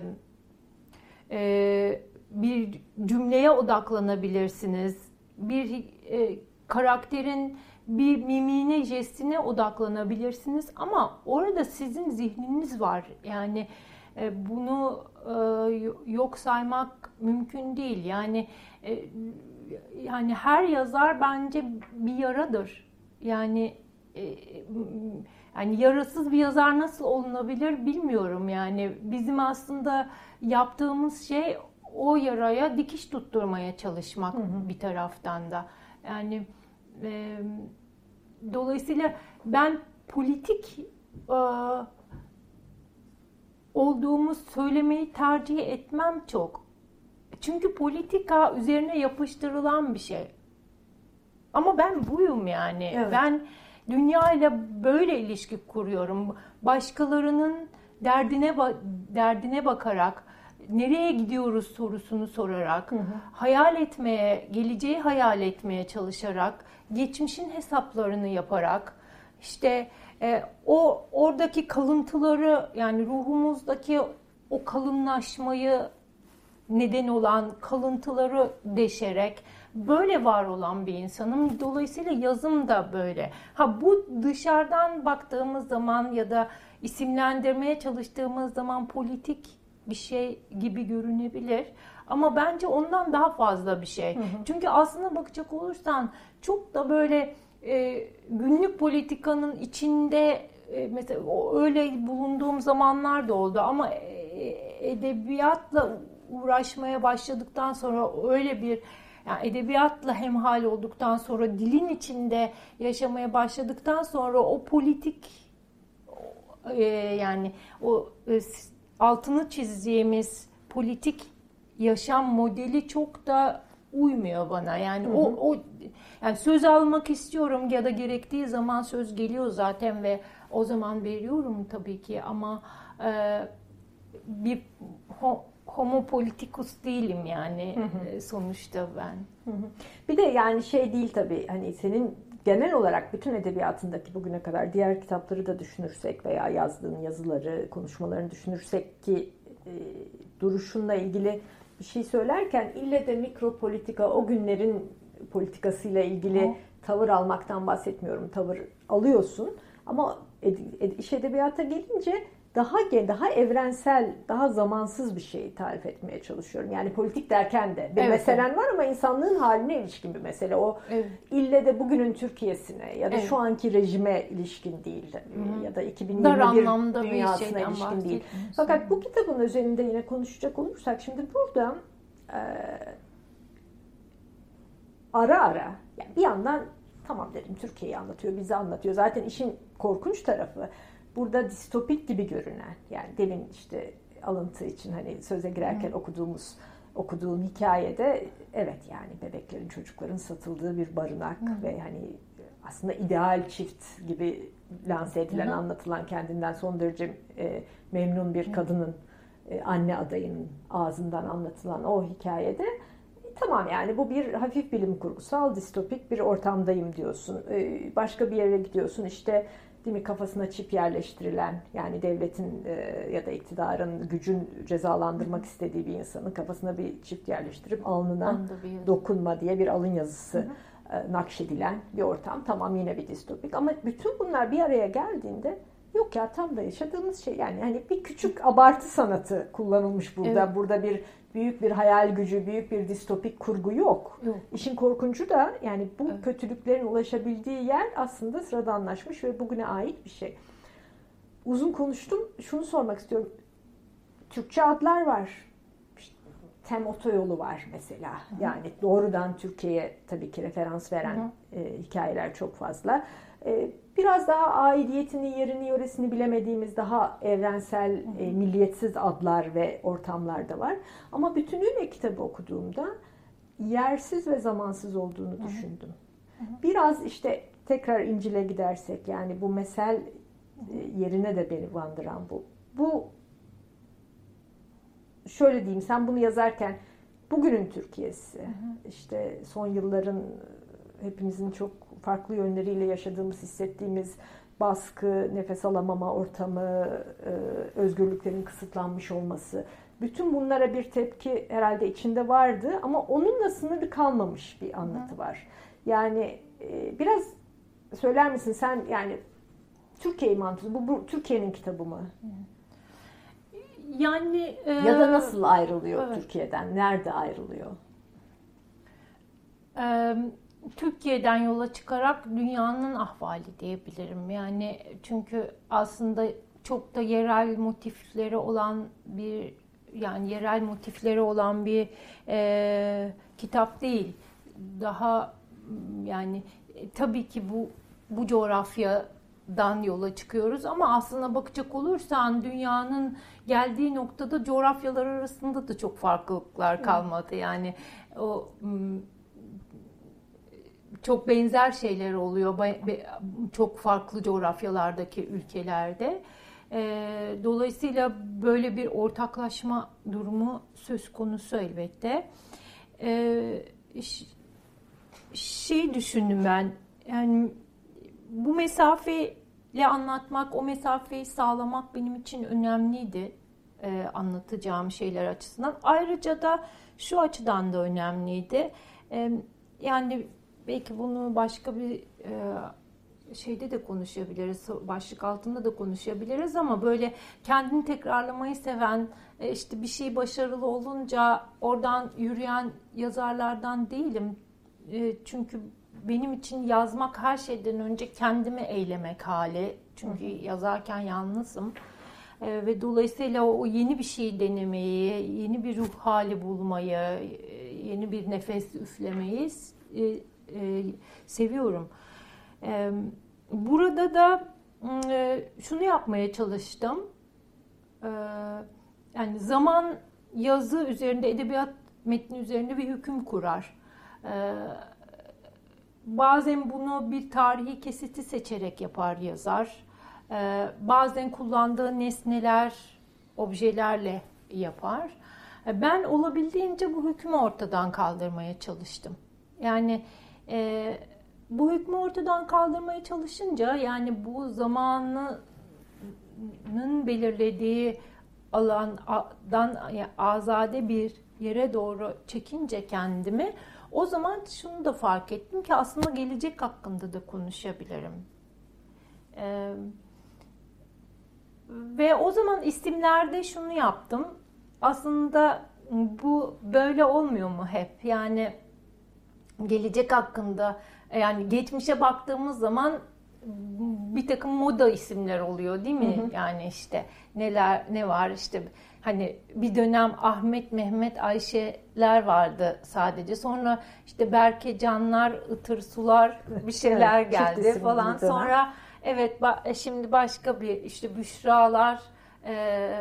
e, bir cümleye odaklanabilirsiniz. Bir e, karakterin bir mimiğine, jestine odaklanabilirsiniz. Ama orada sizin zihniniz var. Yani e, bunu e, yok saymak mümkün değil. Yani e, yani her yazar bence bir yaradır. Yani e, yani yarasız bir yazar nasıl olunabilir bilmiyorum. Yani bizim aslında yaptığımız şey o yaraya dikiş tutturmaya çalışmak, hı hı. bir taraftan da. Yani e, dolayısıyla ben politik e, olduğumu söylemeyi tercih etmem çok. Çünkü politika üzerine yapıştırılan bir şey. Ama ben buyum yani. Evet. Ben dünyayla böyle ilişki kuruyorum. Başkalarının derdine derdine bakarak, nereye gidiyoruz sorusunu sorarak, hı hı. hayal etmeye, geleceği hayal etmeye çalışarak, geçmişin hesaplarını yaparak, işte e, o oradaki kalıntıları, yani ruhumuzdaki o kalınlaşmayı neden olan kalıntıları deşerek böyle var olan bir insanım. Dolayısıyla yazım da böyle. Ha, bu dışarıdan baktığımız zaman ya da isimlendirmeye çalıştığımız zaman politik bir şey gibi görünebilir. Ama bence ondan daha fazla bir şey. Hı hı. Çünkü aslına bakacak olursan çok da böyle e, günlük politikanın içinde e, mesela öyle bulunduğum zamanlar da oldu. Ama e, edebiyatla uğraşmaya başladıktan sonra öyle bir Yani edebiyatla hemhal olduktan sonra, dilin içinde yaşamaya başladıktan sonra o politik e, yani o e, altını çizeceğimiz politik yaşam modeli çok da uymuyor bana. Yani hı hı. o o yani söz almak istiyorum ya da gerektiği zaman söz geliyor zaten ve o zaman veriyorum tabii ki, ama e, bir ho, homo politicus değilim yani hı hı. sonuçta ben. Hı hı. Bir de yani şey değil tabii, hani senin genel olarak bütün edebiyatındaki bugüne kadar diğer kitapları da düşünürsek veya yazdığın yazıları, konuşmalarını düşünürsek ki e, duruşunla ilgili bir şey söylerken ille de mikropolitika, o günlerin politikasıyla ilgili Hı. tavır almaktan bahsetmiyorum. Tavır alıyorsun ama ed, ed, iş edebiyata gelince daha daha evrensel, daha zamansız bir şeyi tarif etmeye çalışıyorum. Yani politik derken de bir evet, meselen evet. var ama insanlığın haline ilişkin bir mesele. O evet. ille de bugünün Türkiye'sine ya da evet. şu anki rejime ilişkin değil Hı. ya da iki bin yirmi bir dünyasına ilişkin değil. Fakat bu kitabın üzerinde yine konuşacak olursak, şimdi burada e, ara ara yani bir yandan tamam dedim, Türkiye'yi anlatıyor, bizi anlatıyor. Zaten işin korkunç tarafı burada distopik gibi görünen, yani demin işte alıntı için hani söze girerken Hı. okuduğumuz okuduğum hikayede evet yani bebeklerin, çocukların satıldığı bir barınak Hı. ve hani aslında ideal çift gibi lanse edilen, Hı. anlatılan, kendinden son derece e, memnun bir Hı. kadının, e, anne adayının ağzından anlatılan o hikayede e, tamam yani bu bir hafif bilim kurgusal, distopik bir ortamdayım diyorsun. E, başka bir yere gidiyorsun, işte değil mi, kafasına çip yerleştirilen, yani devletin e, ya da iktidarın, gücün cezalandırmak istediği bir insanın kafasına bir çip yerleştirip alnına dokunma diye bir alın yazısı e, nakşedilen bir ortam. Tamam, yine bir distopik, ama bütün bunlar bir araya geldiğinde yok ya, tam da yaşadığımız şey. Yani hani bir küçük abartı sanatı kullanılmış burada. Evet. Burada bir büyük bir hayal gücü, büyük bir distopik kurgu yok. yok. İşin korkuncu da yani bu evet. kötülüklerin ulaşabildiği yer aslında sıradanlaşmış ve bugüne ait bir şey. Uzun konuştum. Şunu sormak istiyorum. Türkçe adlar var. İşte Tem Otoyolu var mesela. Hı-hı. Yani doğrudan Türkiye'ye tabii ki referans veren e, hikayeler çok fazla. E, biraz daha aidiyetini, yerini, yöresini bilemediğimiz daha evrensel, e, milliyetsiz adlar ve ortamlar da var. Ama bütünüyle kitabı okuduğumda yersiz ve zamansız olduğunu Hı-hı. düşündüm. Hı-hı. Biraz işte tekrar İncil'e gidersek, yani bu mesel e, yerine de beni bandıran bu. Bu şöyle diyeyim, sen bunu yazarken bugünün Türkiye'si, Hı-hı. işte son yılların hepimizin çok farklı yönleriyle yaşadığımız, hissettiğimiz baskı, nefes alamama ortamı, özgürlüklerin kısıtlanmış olması, bütün bunlara bir tepki herhalde içinde vardı ama onunla sınırlı kalmamış bir anlatı var. Yani biraz söyler misin sen, yani Türkiye'yi mi anlatıyorsun? Bu, bu Türkiye'nin kitabı mı? Yani e, ya da nasıl ayrılıyor evet. Türkiye'den? Nerede ayrılıyor? Evet. Türkiye'den yola çıkarak dünyanın ahvali diyebilirim. Yani çünkü aslında çok da yerel motifleri olan bir yani yerel motifleri olan bir e, kitap değil. Daha yani e, tabii ki bu bu coğrafyadan yola çıkıyoruz ama aslına bakacak olursan dünyanın geldiği noktada coğrafyalar arasında da çok farklılıklar kalmadı. Yani o çok benzer şeyler oluyor çok farklı coğrafyalardaki ülkelerde. Dolayısıyla böyle bir ortaklaşma durumu söz konusu elbette. Şey düşündüm ben, yani bu mesafeyle anlatmak, o mesafeyi sağlamak benim için önemliydi anlatacağım şeyler açısından. Ayrıca da şu açıdan da önemliydi. Yani belki bunu başka bir e, şeyde de konuşabiliriz, başlık altında da konuşabiliriz ama böyle kendini tekrarlamayı seven, e, işte bir şey başarılı olunca oradan yürüyen yazarlardan değilim. E, çünkü benim için yazmak her şeyden önce kendimi eylemek hali. Çünkü yazarken yalnızım. E, ve dolayısıyla o yeni bir şey denemeyi, yeni bir ruh hali bulmayı, yeni bir nefes üflemeyi e, e, seviyorum. E, burada da e, şunu yapmaya çalıştım. E, yani zaman yazı üzerinde, edebiyat metni üzerinde bir hüküm kurar. E, bazen bunu bir tarihi kesiti seçerek yapar yazar. E, bazen kullandığı nesneler, objelerle yapar. Ben olabildiğince bu hükmü ortadan kaldırmaya çalıştım. Yani e, bu hükmü ortadan kaldırmaya çalışınca, yani bu zamanın belirlediği alandan yani azade bir yere doğru çekince kendimi, o zaman şunu da fark ettim ki aslında gelecek hakkında da konuşabilirim. E, ve o zaman isimlerde şunu yaptım. Aslında bu böyle olmuyor mu hep? Yani gelecek hakkında, yani geçmişe baktığımız zaman bir takım moda isimler oluyor değil mi? Hı hı. Yani işte neler ne var, işte hani bir dönem Ahmet, Mehmet, Ayşeler vardı sadece. Sonra işte Berke, Canlar, Itır, Sular bir şeyler evet, geldi falan. Sonra evet şimdi başka bir işte Büşralar, Ee,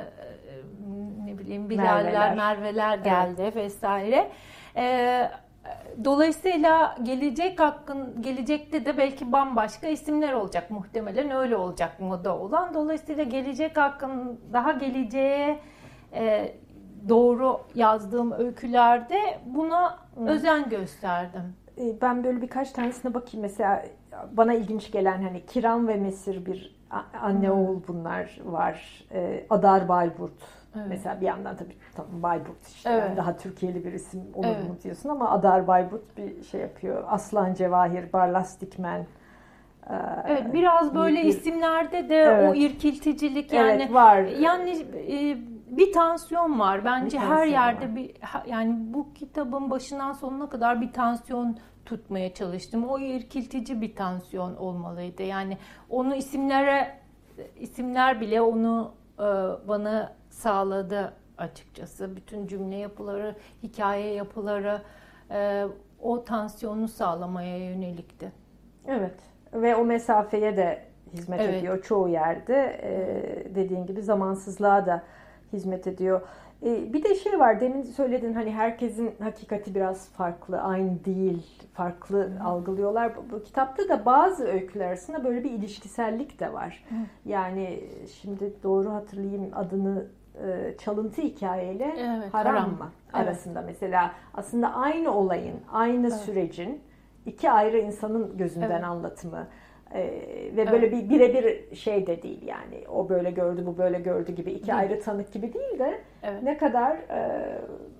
ne bileyim Bilaller, Merveler, Merveler geldi evet. vesaire. Ee, dolayısıyla gelecek hakkın gelecekte de belki bambaşka isimler olacak, muhtemelen öyle olacak moda olan. Dolayısıyla gelecek hakkın daha geleceğe e, doğru yazdığım öykülerde buna Hı. özen gösterdim. Ben böyle birkaç tanesine bakayım. Mesela bana ilginç gelen, hani Kiram ve Mesir, bir anne hmm. oğul bunlar var. Ee, Adar Bayburt. Evet. Mesela bir yandan tabii tamam, Bayburt işte evet. yani daha Türkiye'li bir isim olur evet. mu diyorsun ama Adar Bayburt bir şey yapıyor. Aslan Cevahir, Barlas Dikmen. Ee, evet, biraz böyle bir, isimlerde de evet. o irkilticilik yani evet, var. Yani e, bir tansiyon var. Bence bir her yerde var. bir yani bu kitabın başından sonuna kadar bir tansiyon tutmaya çalıştım. O irkiltici bir tansiyon olmalıydı. Yani onu isimlere isimler bile onu e, bana sağladı açıkçası. Bütün cümle yapıları, hikaye yapıları e, o tansiyonu sağlamaya yönelikti. Evet. Ve o mesafeye de hizmet evet. ediyor çoğu yerde. E, dediğin gibi zamansızlığa da hizmet ediyor. E, bir de şey var, demin söyledin hani herkesin hakikati biraz farklı, aynı değil, farklı Hı. algılıyorlar. Bu, bu kitapta da bazı öyküler arasında böyle bir ilişkisellik de var. Hı. Yani şimdi doğru hatırlayayım adını, e, Çalıntı Hikayeyle evet, Haram, haram mı evet. arasında mesela aslında aynı olayın, aynı evet. sürecin iki ayrı insanın gözünden evet. anlatımı. Ee, ve evet. böyle bir birebir şey de değil yani o böyle gördü bu böyle gördü gibi iki değil. ayrı tanık gibi değil de evet. ne kadar e,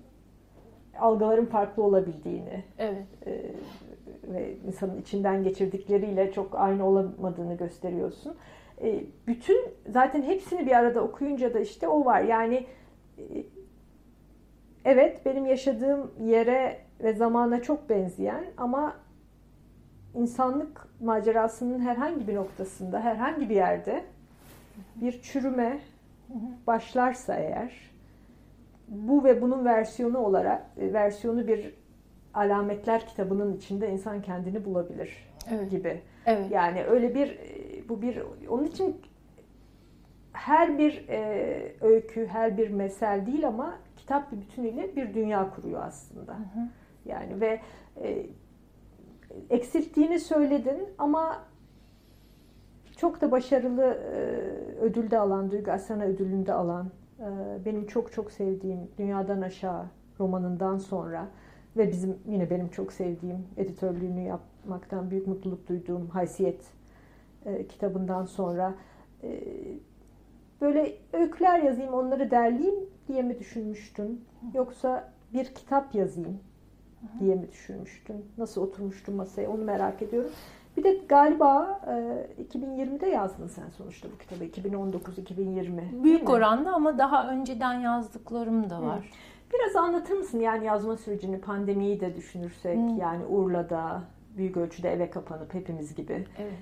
algıların farklı olabildiğini evet. e, ve insanın içinden geçirdikleriyle çok aynı olamadığını gösteriyorsun. E, bütün zaten hepsini bir arada okuyunca da işte o var yani e, evet benim yaşadığım yere ve zamana çok benzeyen ama İnsanlık macerasının herhangi bir noktasında, herhangi bir yerde bir çürüme başlarsa eğer, bu ve bunun versiyonu olarak, versiyonu bir alametler kitabının içinde insan kendini bulabilir evet. gibi. Evet. Yani öyle bir, bu bir, onun için her bir e, öykü, her bir mesel değil ama kitap bir bütünüyle bir dünya kuruyor aslında. Hı hı. Yani ve e, eksilttiğini söyledin ama çok da başarılı e, ödülde alan, Duygu Aslan'a ödülünde alan, e, benim çok çok sevdiğim Dünyadan Aşağı romanından sonra ve bizim yine benim çok sevdiğim, editörlüğünü yapmaktan büyük mutluluk duyduğum Haysiyet e, kitabından sonra e, böyle öyküler yazayım, onları derleyeyim diye mi düşünmüştün? Yoksa bir kitap yazayım diye mi düşünmüştün? Nasıl oturmuştun masaya? Onu merak ediyorum. Bir de galiba e, iki bin yirmide yazdın sen sonuçta bu kitabı. iki bin on dokuz iki bin yirmi. Büyük oranda ama daha önceden yazdıklarım da var. Hı. Biraz anlatır mısın yani yazma sürecini, pandemiyi de düşünürsek, Hı. yani Urla'da büyük ölçüde eve kapanıp hepimiz gibi. Evet.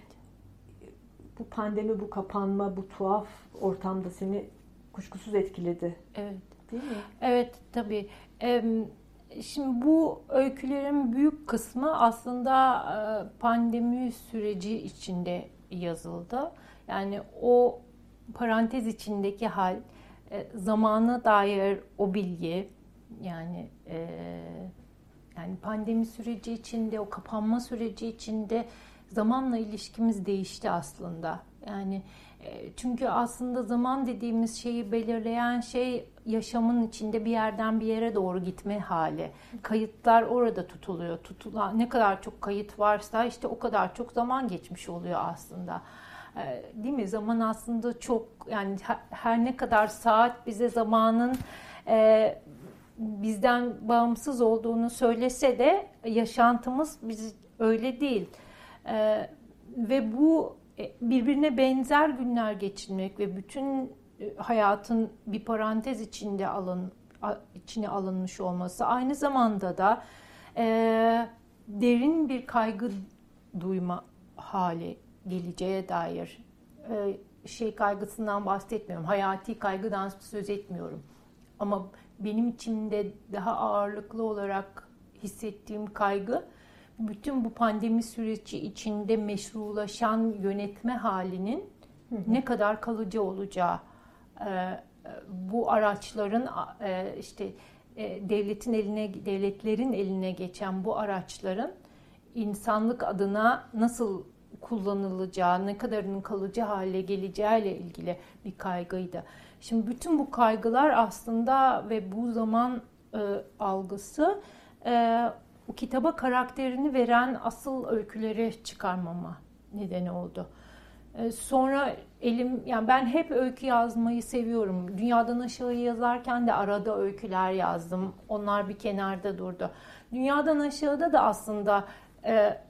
Bu pandemi, bu kapanma, bu tuhaf ortamda seni kuşkusuz etkiledi. Evet. Değil mi? Evet, tabii. Ee, Şimdi bu öykülerin büyük kısmı aslında e, pandemi süreci içinde yazıldı. Yani o parantez içindeki hal, e, zamana dair o bilgi, yani e, yani pandemi süreci içinde, o kapanma süreci içinde zamanla ilişkimiz değişti aslında. Yani e, çünkü aslında zaman dediğimiz şeyi belirleyen şey yaşamın içinde bir yerden bir yere doğru gitme hali. Kayıtlar orada tutuluyor. Tutulan ne kadar çok kayıt varsa işte o kadar çok zaman geçmiş oluyor aslında. E, değil mi? Zaman aslında çok, yani her ne kadar saat bize zamanın e, bizden bağımsız olduğunu söylese de yaşantımız biz öyle değil. Ee, ve bu birbirine benzer günler geçirmek ve bütün hayatın bir parantez içinde alın içine alınmış olması aynı zamanda da e, derin bir kaygı duyma hali, geleceğe dair e, şey kaygısından bahsetmiyorum. Hayati kaygıdan söz etmiyorum. Ama benim içimde daha ağırlıklı olarak hissettiğim kaygı, bütün bu pandemi süreci içinde meşrulaşan yönetme halinin hı hı. ne kadar kalıcı olacağı, bu araçların işte devletin eline, devletlerin eline geçen bu araçların insanlık adına nasıl kullanılacağı, ne kadarının kalıcı hale geleceğiyle ilgili bir kaygıydı. Şimdi bütün bu kaygılar aslında ve bu zaman e, algısı e, o kitaba karakterini veren asıl öyküleri çıkarmama nedeni oldu. E, sonra elim, yani ben hep öykü yazmayı seviyorum. Dünyadan Aşağı'yı yazarken de arada öyküler yazdım. Onlar bir kenarda durdu. Dünyadan Aşağı'da da aslında e,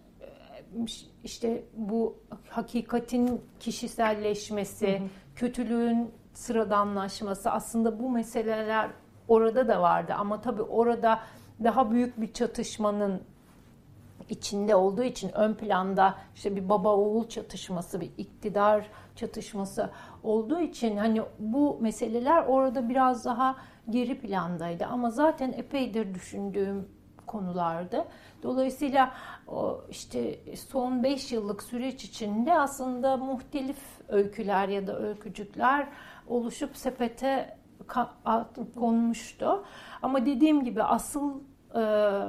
işte bu hakikatin kişiselleşmesi, hı hı. kötülüğün sıradanlaşması, aslında bu meseleler orada da vardı. Ama tabii orada daha büyük bir çatışmanın içinde olduğu için ön planda işte bir baba oğul çatışması, bir iktidar çatışması olduğu için hani bu meseleler orada biraz daha geri plandaydı. Ama zaten epeydir düşündüğüm konulardı. Dolayısıyla o işte son beş yıllık süreç içinde aslında muhtelif öyküler ya da öykücükler oluşup sepete konmuştu. Ama dediğim gibi asıl e,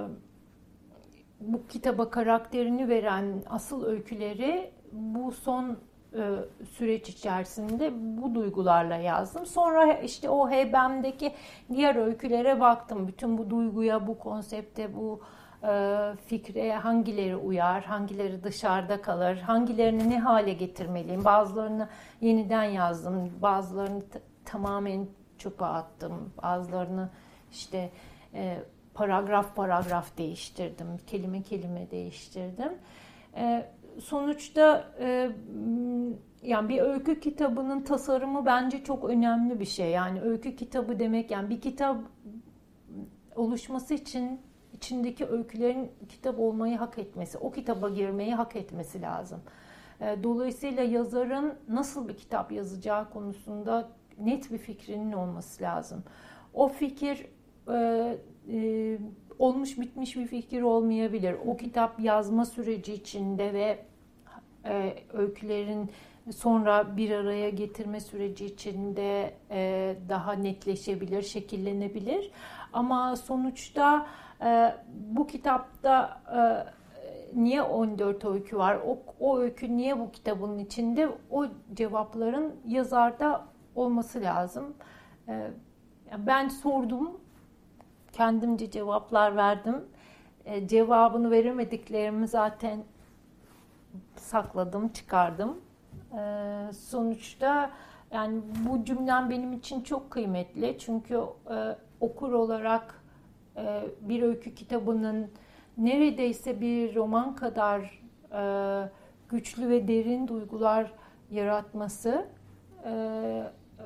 bu kitaba karakterini veren asıl öyküleri bu son e, süreç içerisinde bu duygularla yazdım. Sonra işte o heybemdeki diğer öykülere baktım. Bütün bu duyguya, bu konsepte, bu e, fikre hangileri uyar, hangileri dışarıda kalır, hangilerini ne hale getirmeliyim. Bazılarını yeniden yazdım, bazılarını t- tamamen çöpe attım, bazılarını işte e, paragraf paragraf değiştirdim, kelime kelime değiştirdim. E, sonuçta e, yani bir öykü kitabının tasarımı bence çok önemli bir şey. Yani öykü kitabı demek, yani bir kitap oluşması için içindeki öykülerin kitap olmayı hak etmesi, o kitaba girmeyi hak etmesi lazım. E, dolayısıyla yazarın nasıl bir kitap yazacağı konusunda net bir fikrinin olması lazım. O fikir e, e, olmuş bitmiş bir fikir olmayabilir. O kitap yazma süreci içinde ve e, öykülerin sonra bir araya getirme süreci içinde e, daha netleşebilir, şekillenebilir. Ama sonuçta e, bu kitapta e, niye on dört öykü var? O, o öykü niye bu kitabın içinde? O cevapların yazarda olması lazım. E, ben sordum, kendimce cevaplar verdim. E, cevabını veremediklerimi zaten sakladım, çıkardım. E, sonuçta yani bu cümlem benim için çok kıymetli. Çünkü e, okur olarak e, bir öykü kitabının neredeyse bir roman kadar e, güçlü ve derin duygular yaratması e,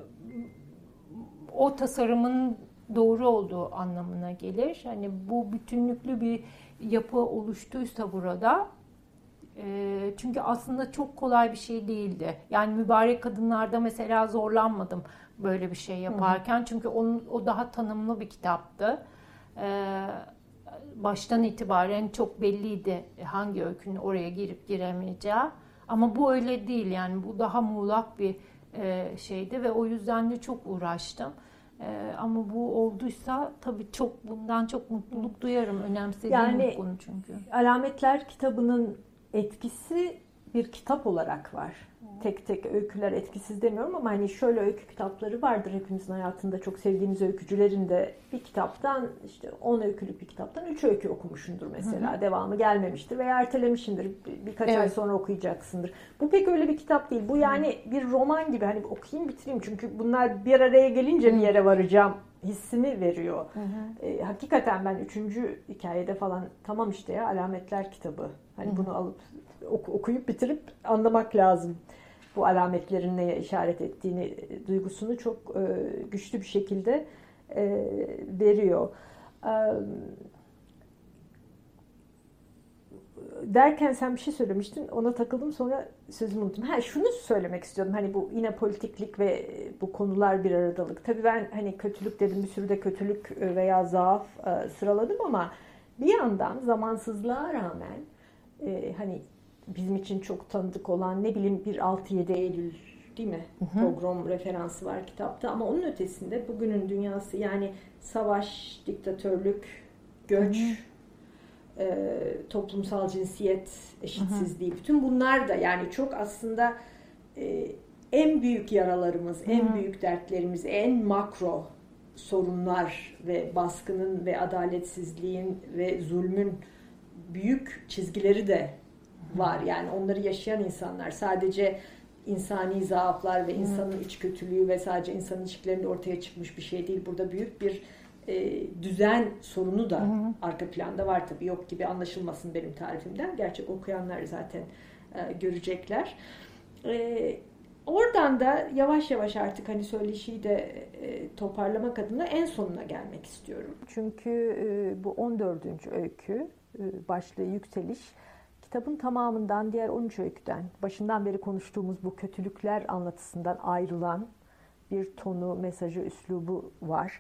o tasarımın doğru olduğu anlamına gelir. Hani bu bütünlüklü bir yapı oluştuysa burada, e, çünkü aslında çok kolay bir şey değildi. Yani Mübarek Kadınlar'da mesela zorlanmadım böyle bir şey yaparken. Hı hı. Çünkü onun, o daha tanımlı bir kitaptı. Ee, baştan itibaren çok belliydi hangi öykünün oraya girip giremeyeceği. Ama bu öyle değil, yani bu daha muğlak bir e, şeydi ve o yüzden de çok uğraştım. E, ama bu olduysa tabii çok bundan çok mutluluk duyarım. Önemsediğim Yani, bir konu çünkü. Alametler kitabının etkisi bir kitap olarak var. Tek tek öyküler etkisiz demiyorum ama hani şöyle öykü kitapları vardır hepimizin hayatında, çok sevdiğimiz öykücülerin de bir kitaptan, işte on öykülük bir kitaptan üç öykü okumuşsundur mesela. Hı hı. Devamı gelmemiştir veya ertelemişsindir. Bir, birkaç evet. ay sonra okuyacaksındır. Bu pek öyle bir kitap değil. Bu yani hı. bir roman gibi, hani okuyayım bitireyim çünkü bunlar bir araya gelince hı. bir yere varacağım hissini veriyor. Hı hı. E, hakikaten ben üçüncü hikayede falan tamam işte ya Alametler kitabı. Hani hı hı. bunu alıp ok- okuyup bitirip anlamak lazım. Bu alametlerin neye işaret ettiğini duygusunu çok e, güçlü bir şekilde e, veriyor. E, derken sen bir şey söylemiştin, ona takıldım, sonra sözümü unuttum. Ha, şunu söylemek istiyordum, hani bu yine politiklik ve bu konular bir aradalık. Tabii ben hani kötülük dedim, bir sürü de kötülük veya zaaf e, sıraladım ama bir yandan zamansızlığa rağmen e, hani bizim için çok tanıdık olan ne bileyim bir altı yedi Eylül değil mi? Hı hı. Pogrom referansı var kitapta ama onun ötesinde bugünün dünyası, yani savaş, diktatörlük, göç, hı hı. E, toplumsal cinsiyet eşitsizliği, hı hı. bütün bunlar da yani çok aslında e, en büyük yaralarımız, hı hı. en büyük dertlerimiz, en makro sorunlar ve baskının ve adaletsizliğin ve zulmün büyük çizgileri de var. Yani onları yaşayan insanlar, sadece insani zaaflar ve insanın iç kötülüğü ve sadece insan ilişkilerinde ortaya çıkmış bir şey değil. Burada büyük bir e, düzen sorunu da Hı-hı. arka planda var tabii. Yok gibi anlaşılmasın benim tarifimden. Gerçek okuyanlar zaten e, görecekler. E, oradan da yavaş yavaş artık hani söyleşiyi de e, toparlamak adına en sonuna gelmek istiyorum. Çünkü e, bu on dördüncü öykü e, başlığı Yükseliş. Kitabın tamamından, diğer on üç öyküden, başından beri konuştuğumuz bu kötülükler anlatısından ayrılan bir tonu, mesajı, üslubu var.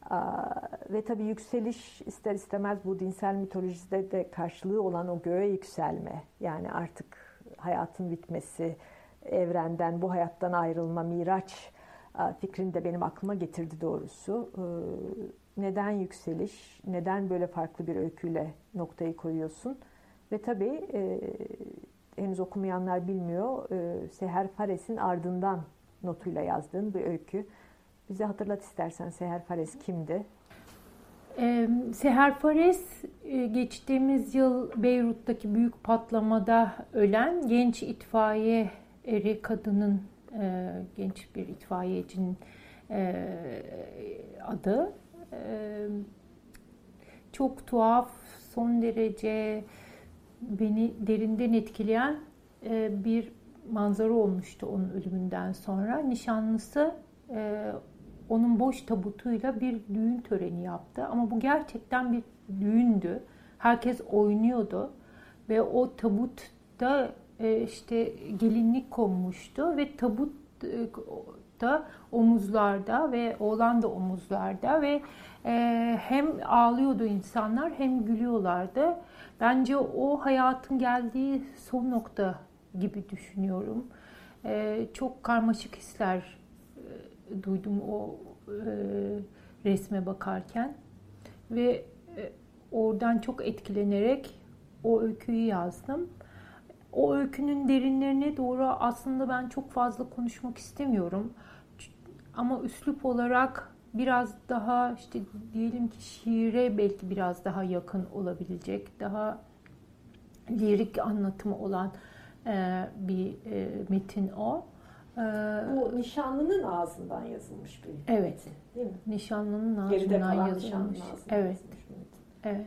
Ve tabii yükseliş ister istemez bu dinsel mitolojide de karşılığı olan o göğe yükselme. Yani artık hayatın bitmesi, evrenden, bu hayattan ayrılma, miraç fikrini de benim aklıma getirdi doğrusu. Neden yükseliş? Neden böyle farklı bir öyküyle noktayı koyuyorsun? Ve tabii e, henüz okumayanlar bilmiyor, e, Seher Fares'in Ardından notuyla yazdığın bir öykü. Bize hatırlat istersen, Seher Fares kimdi? E, Seher Fares e, geçtiğimiz yıl Beyrut'taki büyük patlamada ölen genç itfaiye eri kadının, e, genç bir itfaiyecinin e, adı. E, çok tuhaf, son derece beni derinden etkileyen bir manzara olmuştu onun ölümünden sonra. Nişanlısı onun boş tabutuyla bir düğün töreni yaptı. Ama bu gerçekten bir düğündü. Herkes oynuyordu ve o tabutta işte gelinlik konmuştu ve tabut da omuzlarda ve oğlan da omuzlarda ve hem ağlıyordu insanlar hem gülüyorlardı. Bence o hayatın geldiği son nokta gibi düşünüyorum. Ee, çok karmaşık hisler e, duydum o e, resme bakarken ve e, oradan çok etkilenerek o öyküyü yazdım. O öykünün derinlerine doğru aslında ben çok fazla konuşmak istemiyorum. Ama üslup olarak biraz daha işte diyelim ki şiire belki biraz daha yakın olabilecek, daha lirik anlatımı olan e, bir e, metin o. E, Bu nişanlının ağzından yazılmış bir evet, metin, değil mi? Nişanlının ağzından yazılmış. Evet. yazılmış bir metin. Evet.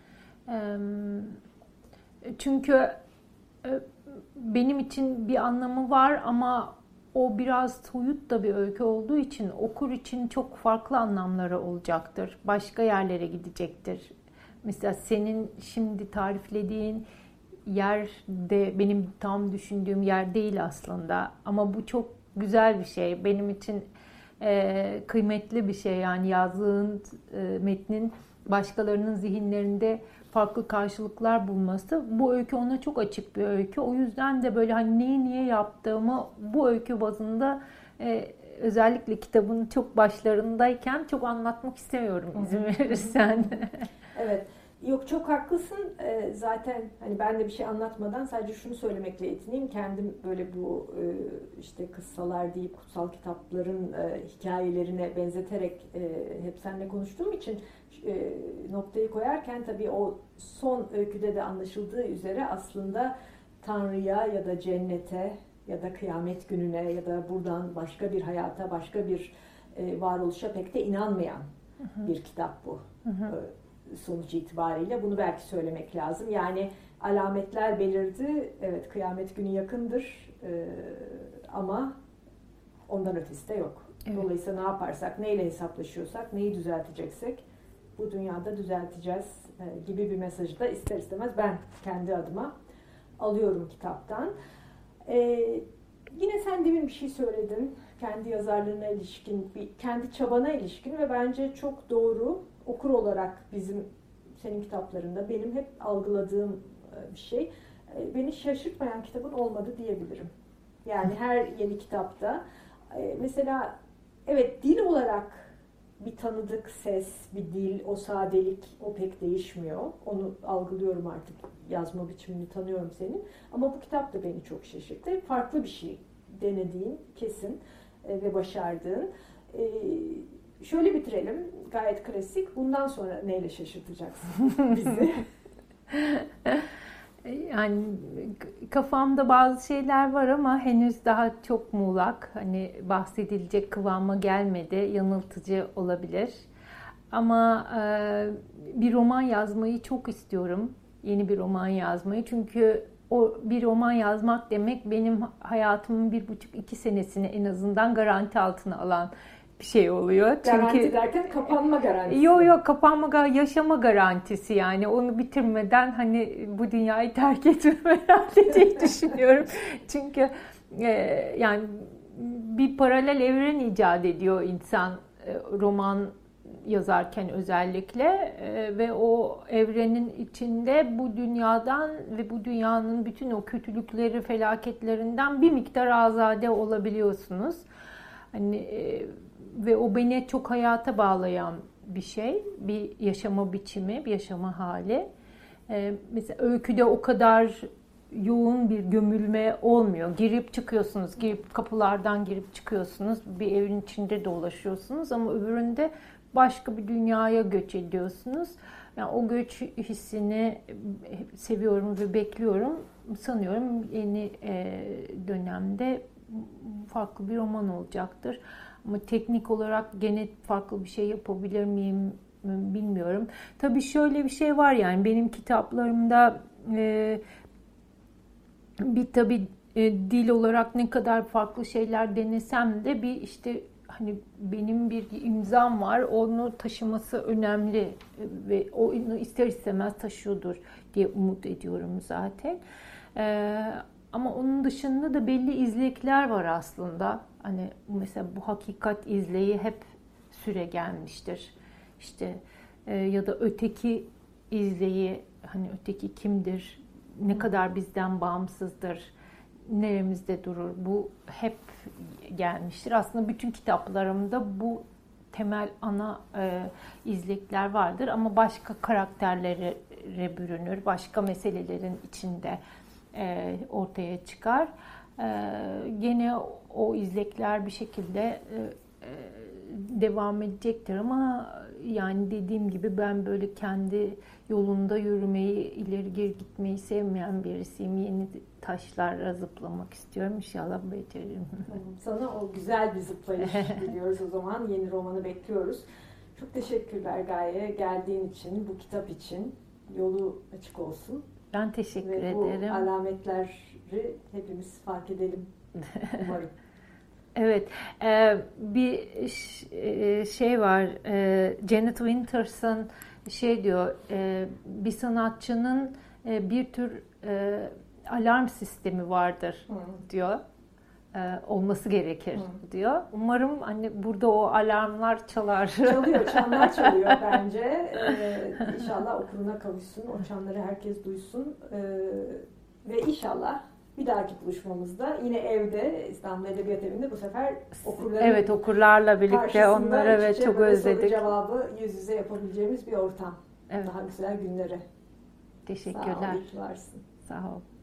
E, çünkü e, benim için bir anlamı var ama o biraz soyut da bir öykü olduğu için okur için çok farklı anlamları olacaktır. Başka yerlere gidecektir. Mesela senin şimdi tariflediğin yer de benim tam düşündüğüm yer değil aslında. Ama bu çok güzel bir şey. Benim için e, kıymetli bir şey. Yani yazdığın e, metnin başkalarının zihinlerinde farklı karşılıklar bulması. Bu öykü ona çok açık bir öykü. O yüzden de böyle hani neyi niye yaptığımı bu öykü bazında e, özellikle kitabın çok başlarındayken çok anlatmak istemiyorum izin verirsen. Evet. Yok, çok haklısın. Ee, zaten hani ben de bir şey anlatmadan sadece şunu söylemekle yetineyim. Kendim böyle bu e, işte kıssalar deyip kutsal kitapların e, hikayelerine benzeterek e, hep seninle konuştuğum için e, noktayı koyarken tabii o son öyküde de anlaşıldığı üzere aslında Tanrı'ya ya da cennete ya da kıyamet gününe ya da buradan başka bir hayata, başka bir e, varoluşa pek de inanmayan hı hı. bir kitap bu. Hı hı. Sonuç itibariyle bunu belki söylemek lazım. Yani alametler belirdi. Evet, kıyamet günü yakındır. Ee, ama ondan ötesi de yok. Evet. Dolayısıyla ne yaparsak, neyle hesaplaşıyorsak, neyi düzelteceksek bu dünyada düzelteceğiz e, gibi bir mesajı da ister istemez ben kendi adıma alıyorum kitaptan. Ee, yine sen demin bir şey söyledin. Kendi yazarlığına ilişkin, bir, kendi çabana ilişkin ve bence çok doğru. Okur olarak bizim senin kitaplarında benim hep algıladığım bir şey. Beni şaşırtmayan kitabın olmadı diyebilirim. Yani her yeni kitapta mesela evet dil olarak bir tanıdık ses, bir dil, o sadelik o pek değişmiyor. Onu algılıyorum artık. Yazma biçimini tanıyorum senin. Ama bu kitap da beni çok şaşırttı. Farklı bir şey denediğin kesin ve başardığın. Şöyle bitirelim. Gayet klasik. Bundan sonra neyle şaşırtacaksın bizi? Yani kafamda bazı şeyler var ama henüz daha çok muğlak. Hani bahsedilecek kıvama gelmedi. Yanıltıcı olabilir. Ama e, bir roman yazmayı çok istiyorum. Yeni bir roman yazmayı. Çünkü o bir roman yazmak demek benim hayatımın bir buçuk iki senesini en azından garanti altına alan bir şey oluyor. Garanti Çünkü derken kapanma garantisi. Yok yok kapanma, yaşama garantisi yani. Onu bitirmeden hani bu dünyayı terk etmem herhalde diye düşünüyorum. Çünkü e, yani bir paralel evren icat ediyor insan e, roman yazarken özellikle e, ve o evrenin içinde bu dünyadan ve bu dünyanın bütün o kötülükleri, felaketlerinden bir miktar azade olabiliyorsunuz. Hani e, ve o beni çok hayata bağlayan bir şey, bir yaşama biçimi, bir yaşama hali. Ee, mesela öyküde o kadar yoğun bir gömülme olmuyor. Girip çıkıyorsunuz, girip kapılardan girip çıkıyorsunuz, bir evin içinde dolaşıyorsunuz ama öbüründe başka bir dünyaya göç ediyorsunuz. Yani o göç hissini seviyorum ve bekliyorum. Sanıyorum yeni dönemde farklı bir roman olacaktır. Ama teknik olarak gene farklı bir şey yapabilir miyim bilmiyorum. Tabii şöyle bir şey var yani benim kitaplarımda e, bir tabii e, dil olarak ne kadar farklı şeyler denesem de bir işte hani benim bir imzam var. Onu taşıması önemli ve onu ister istemez taşıyordur diye umut ediyorum zaten. E, ama onun dışında da belli izlekler var aslında. Hani mesela bu hakikat izleyi hep süre gelmiştir. İşte e, ya da öteki izleyi hani öteki kimdir? Ne kadar bizden bağımsızdır? Neremizde durur? Bu hep gelmiştir. Aslında bütün kitaplarımda bu temel ana e, izlekler vardır ama başka karakterlere bürünür. Başka meselelerin içinde e, ortaya çıkar. E, gene o izlekler bir şekilde e, e, devam edecektir ama yani dediğim gibi ben böyle kendi yolunda yürümeyi, ileri geri gitmeyi sevmeyen birisiyim. Yeni taşlara zıplamak istiyorum. İnşallah beceririm. Sana o güzel bir zıplayış diliyoruz o zaman. Yeni romanı bekliyoruz. Çok teşekkürler Gaye geldiğin için, bu kitap için. Yolu açık olsun. Ben teşekkür Ve ederim. bu alametleri hepimiz fark edelim umarım. Evet, bir şey var, Janet Winters'ın şey diyor, bir sanatçının bir tür alarm sistemi vardır diyor. e, olması gerekir Hı. diyor. Umarım hani burada o alarmlar çalar. Çalıyor, çanlar çalıyor bence. Ee, inşallah okuluna kavuşsun, o çanları herkes duysun. Ee, ve inşallah bir dahaki buluşmamızda yine evde, İstanbul Edebiyat Evi'nde bu sefer okurların evet, okurlarla birlikte onları evet çok özledik. Soru cevabı yüz yüze yapabileceğimiz bir ortam. Evet. Daha güzel günlere. Teşekkürler. Sağ ol, iyi ki varsın. Sağ ol.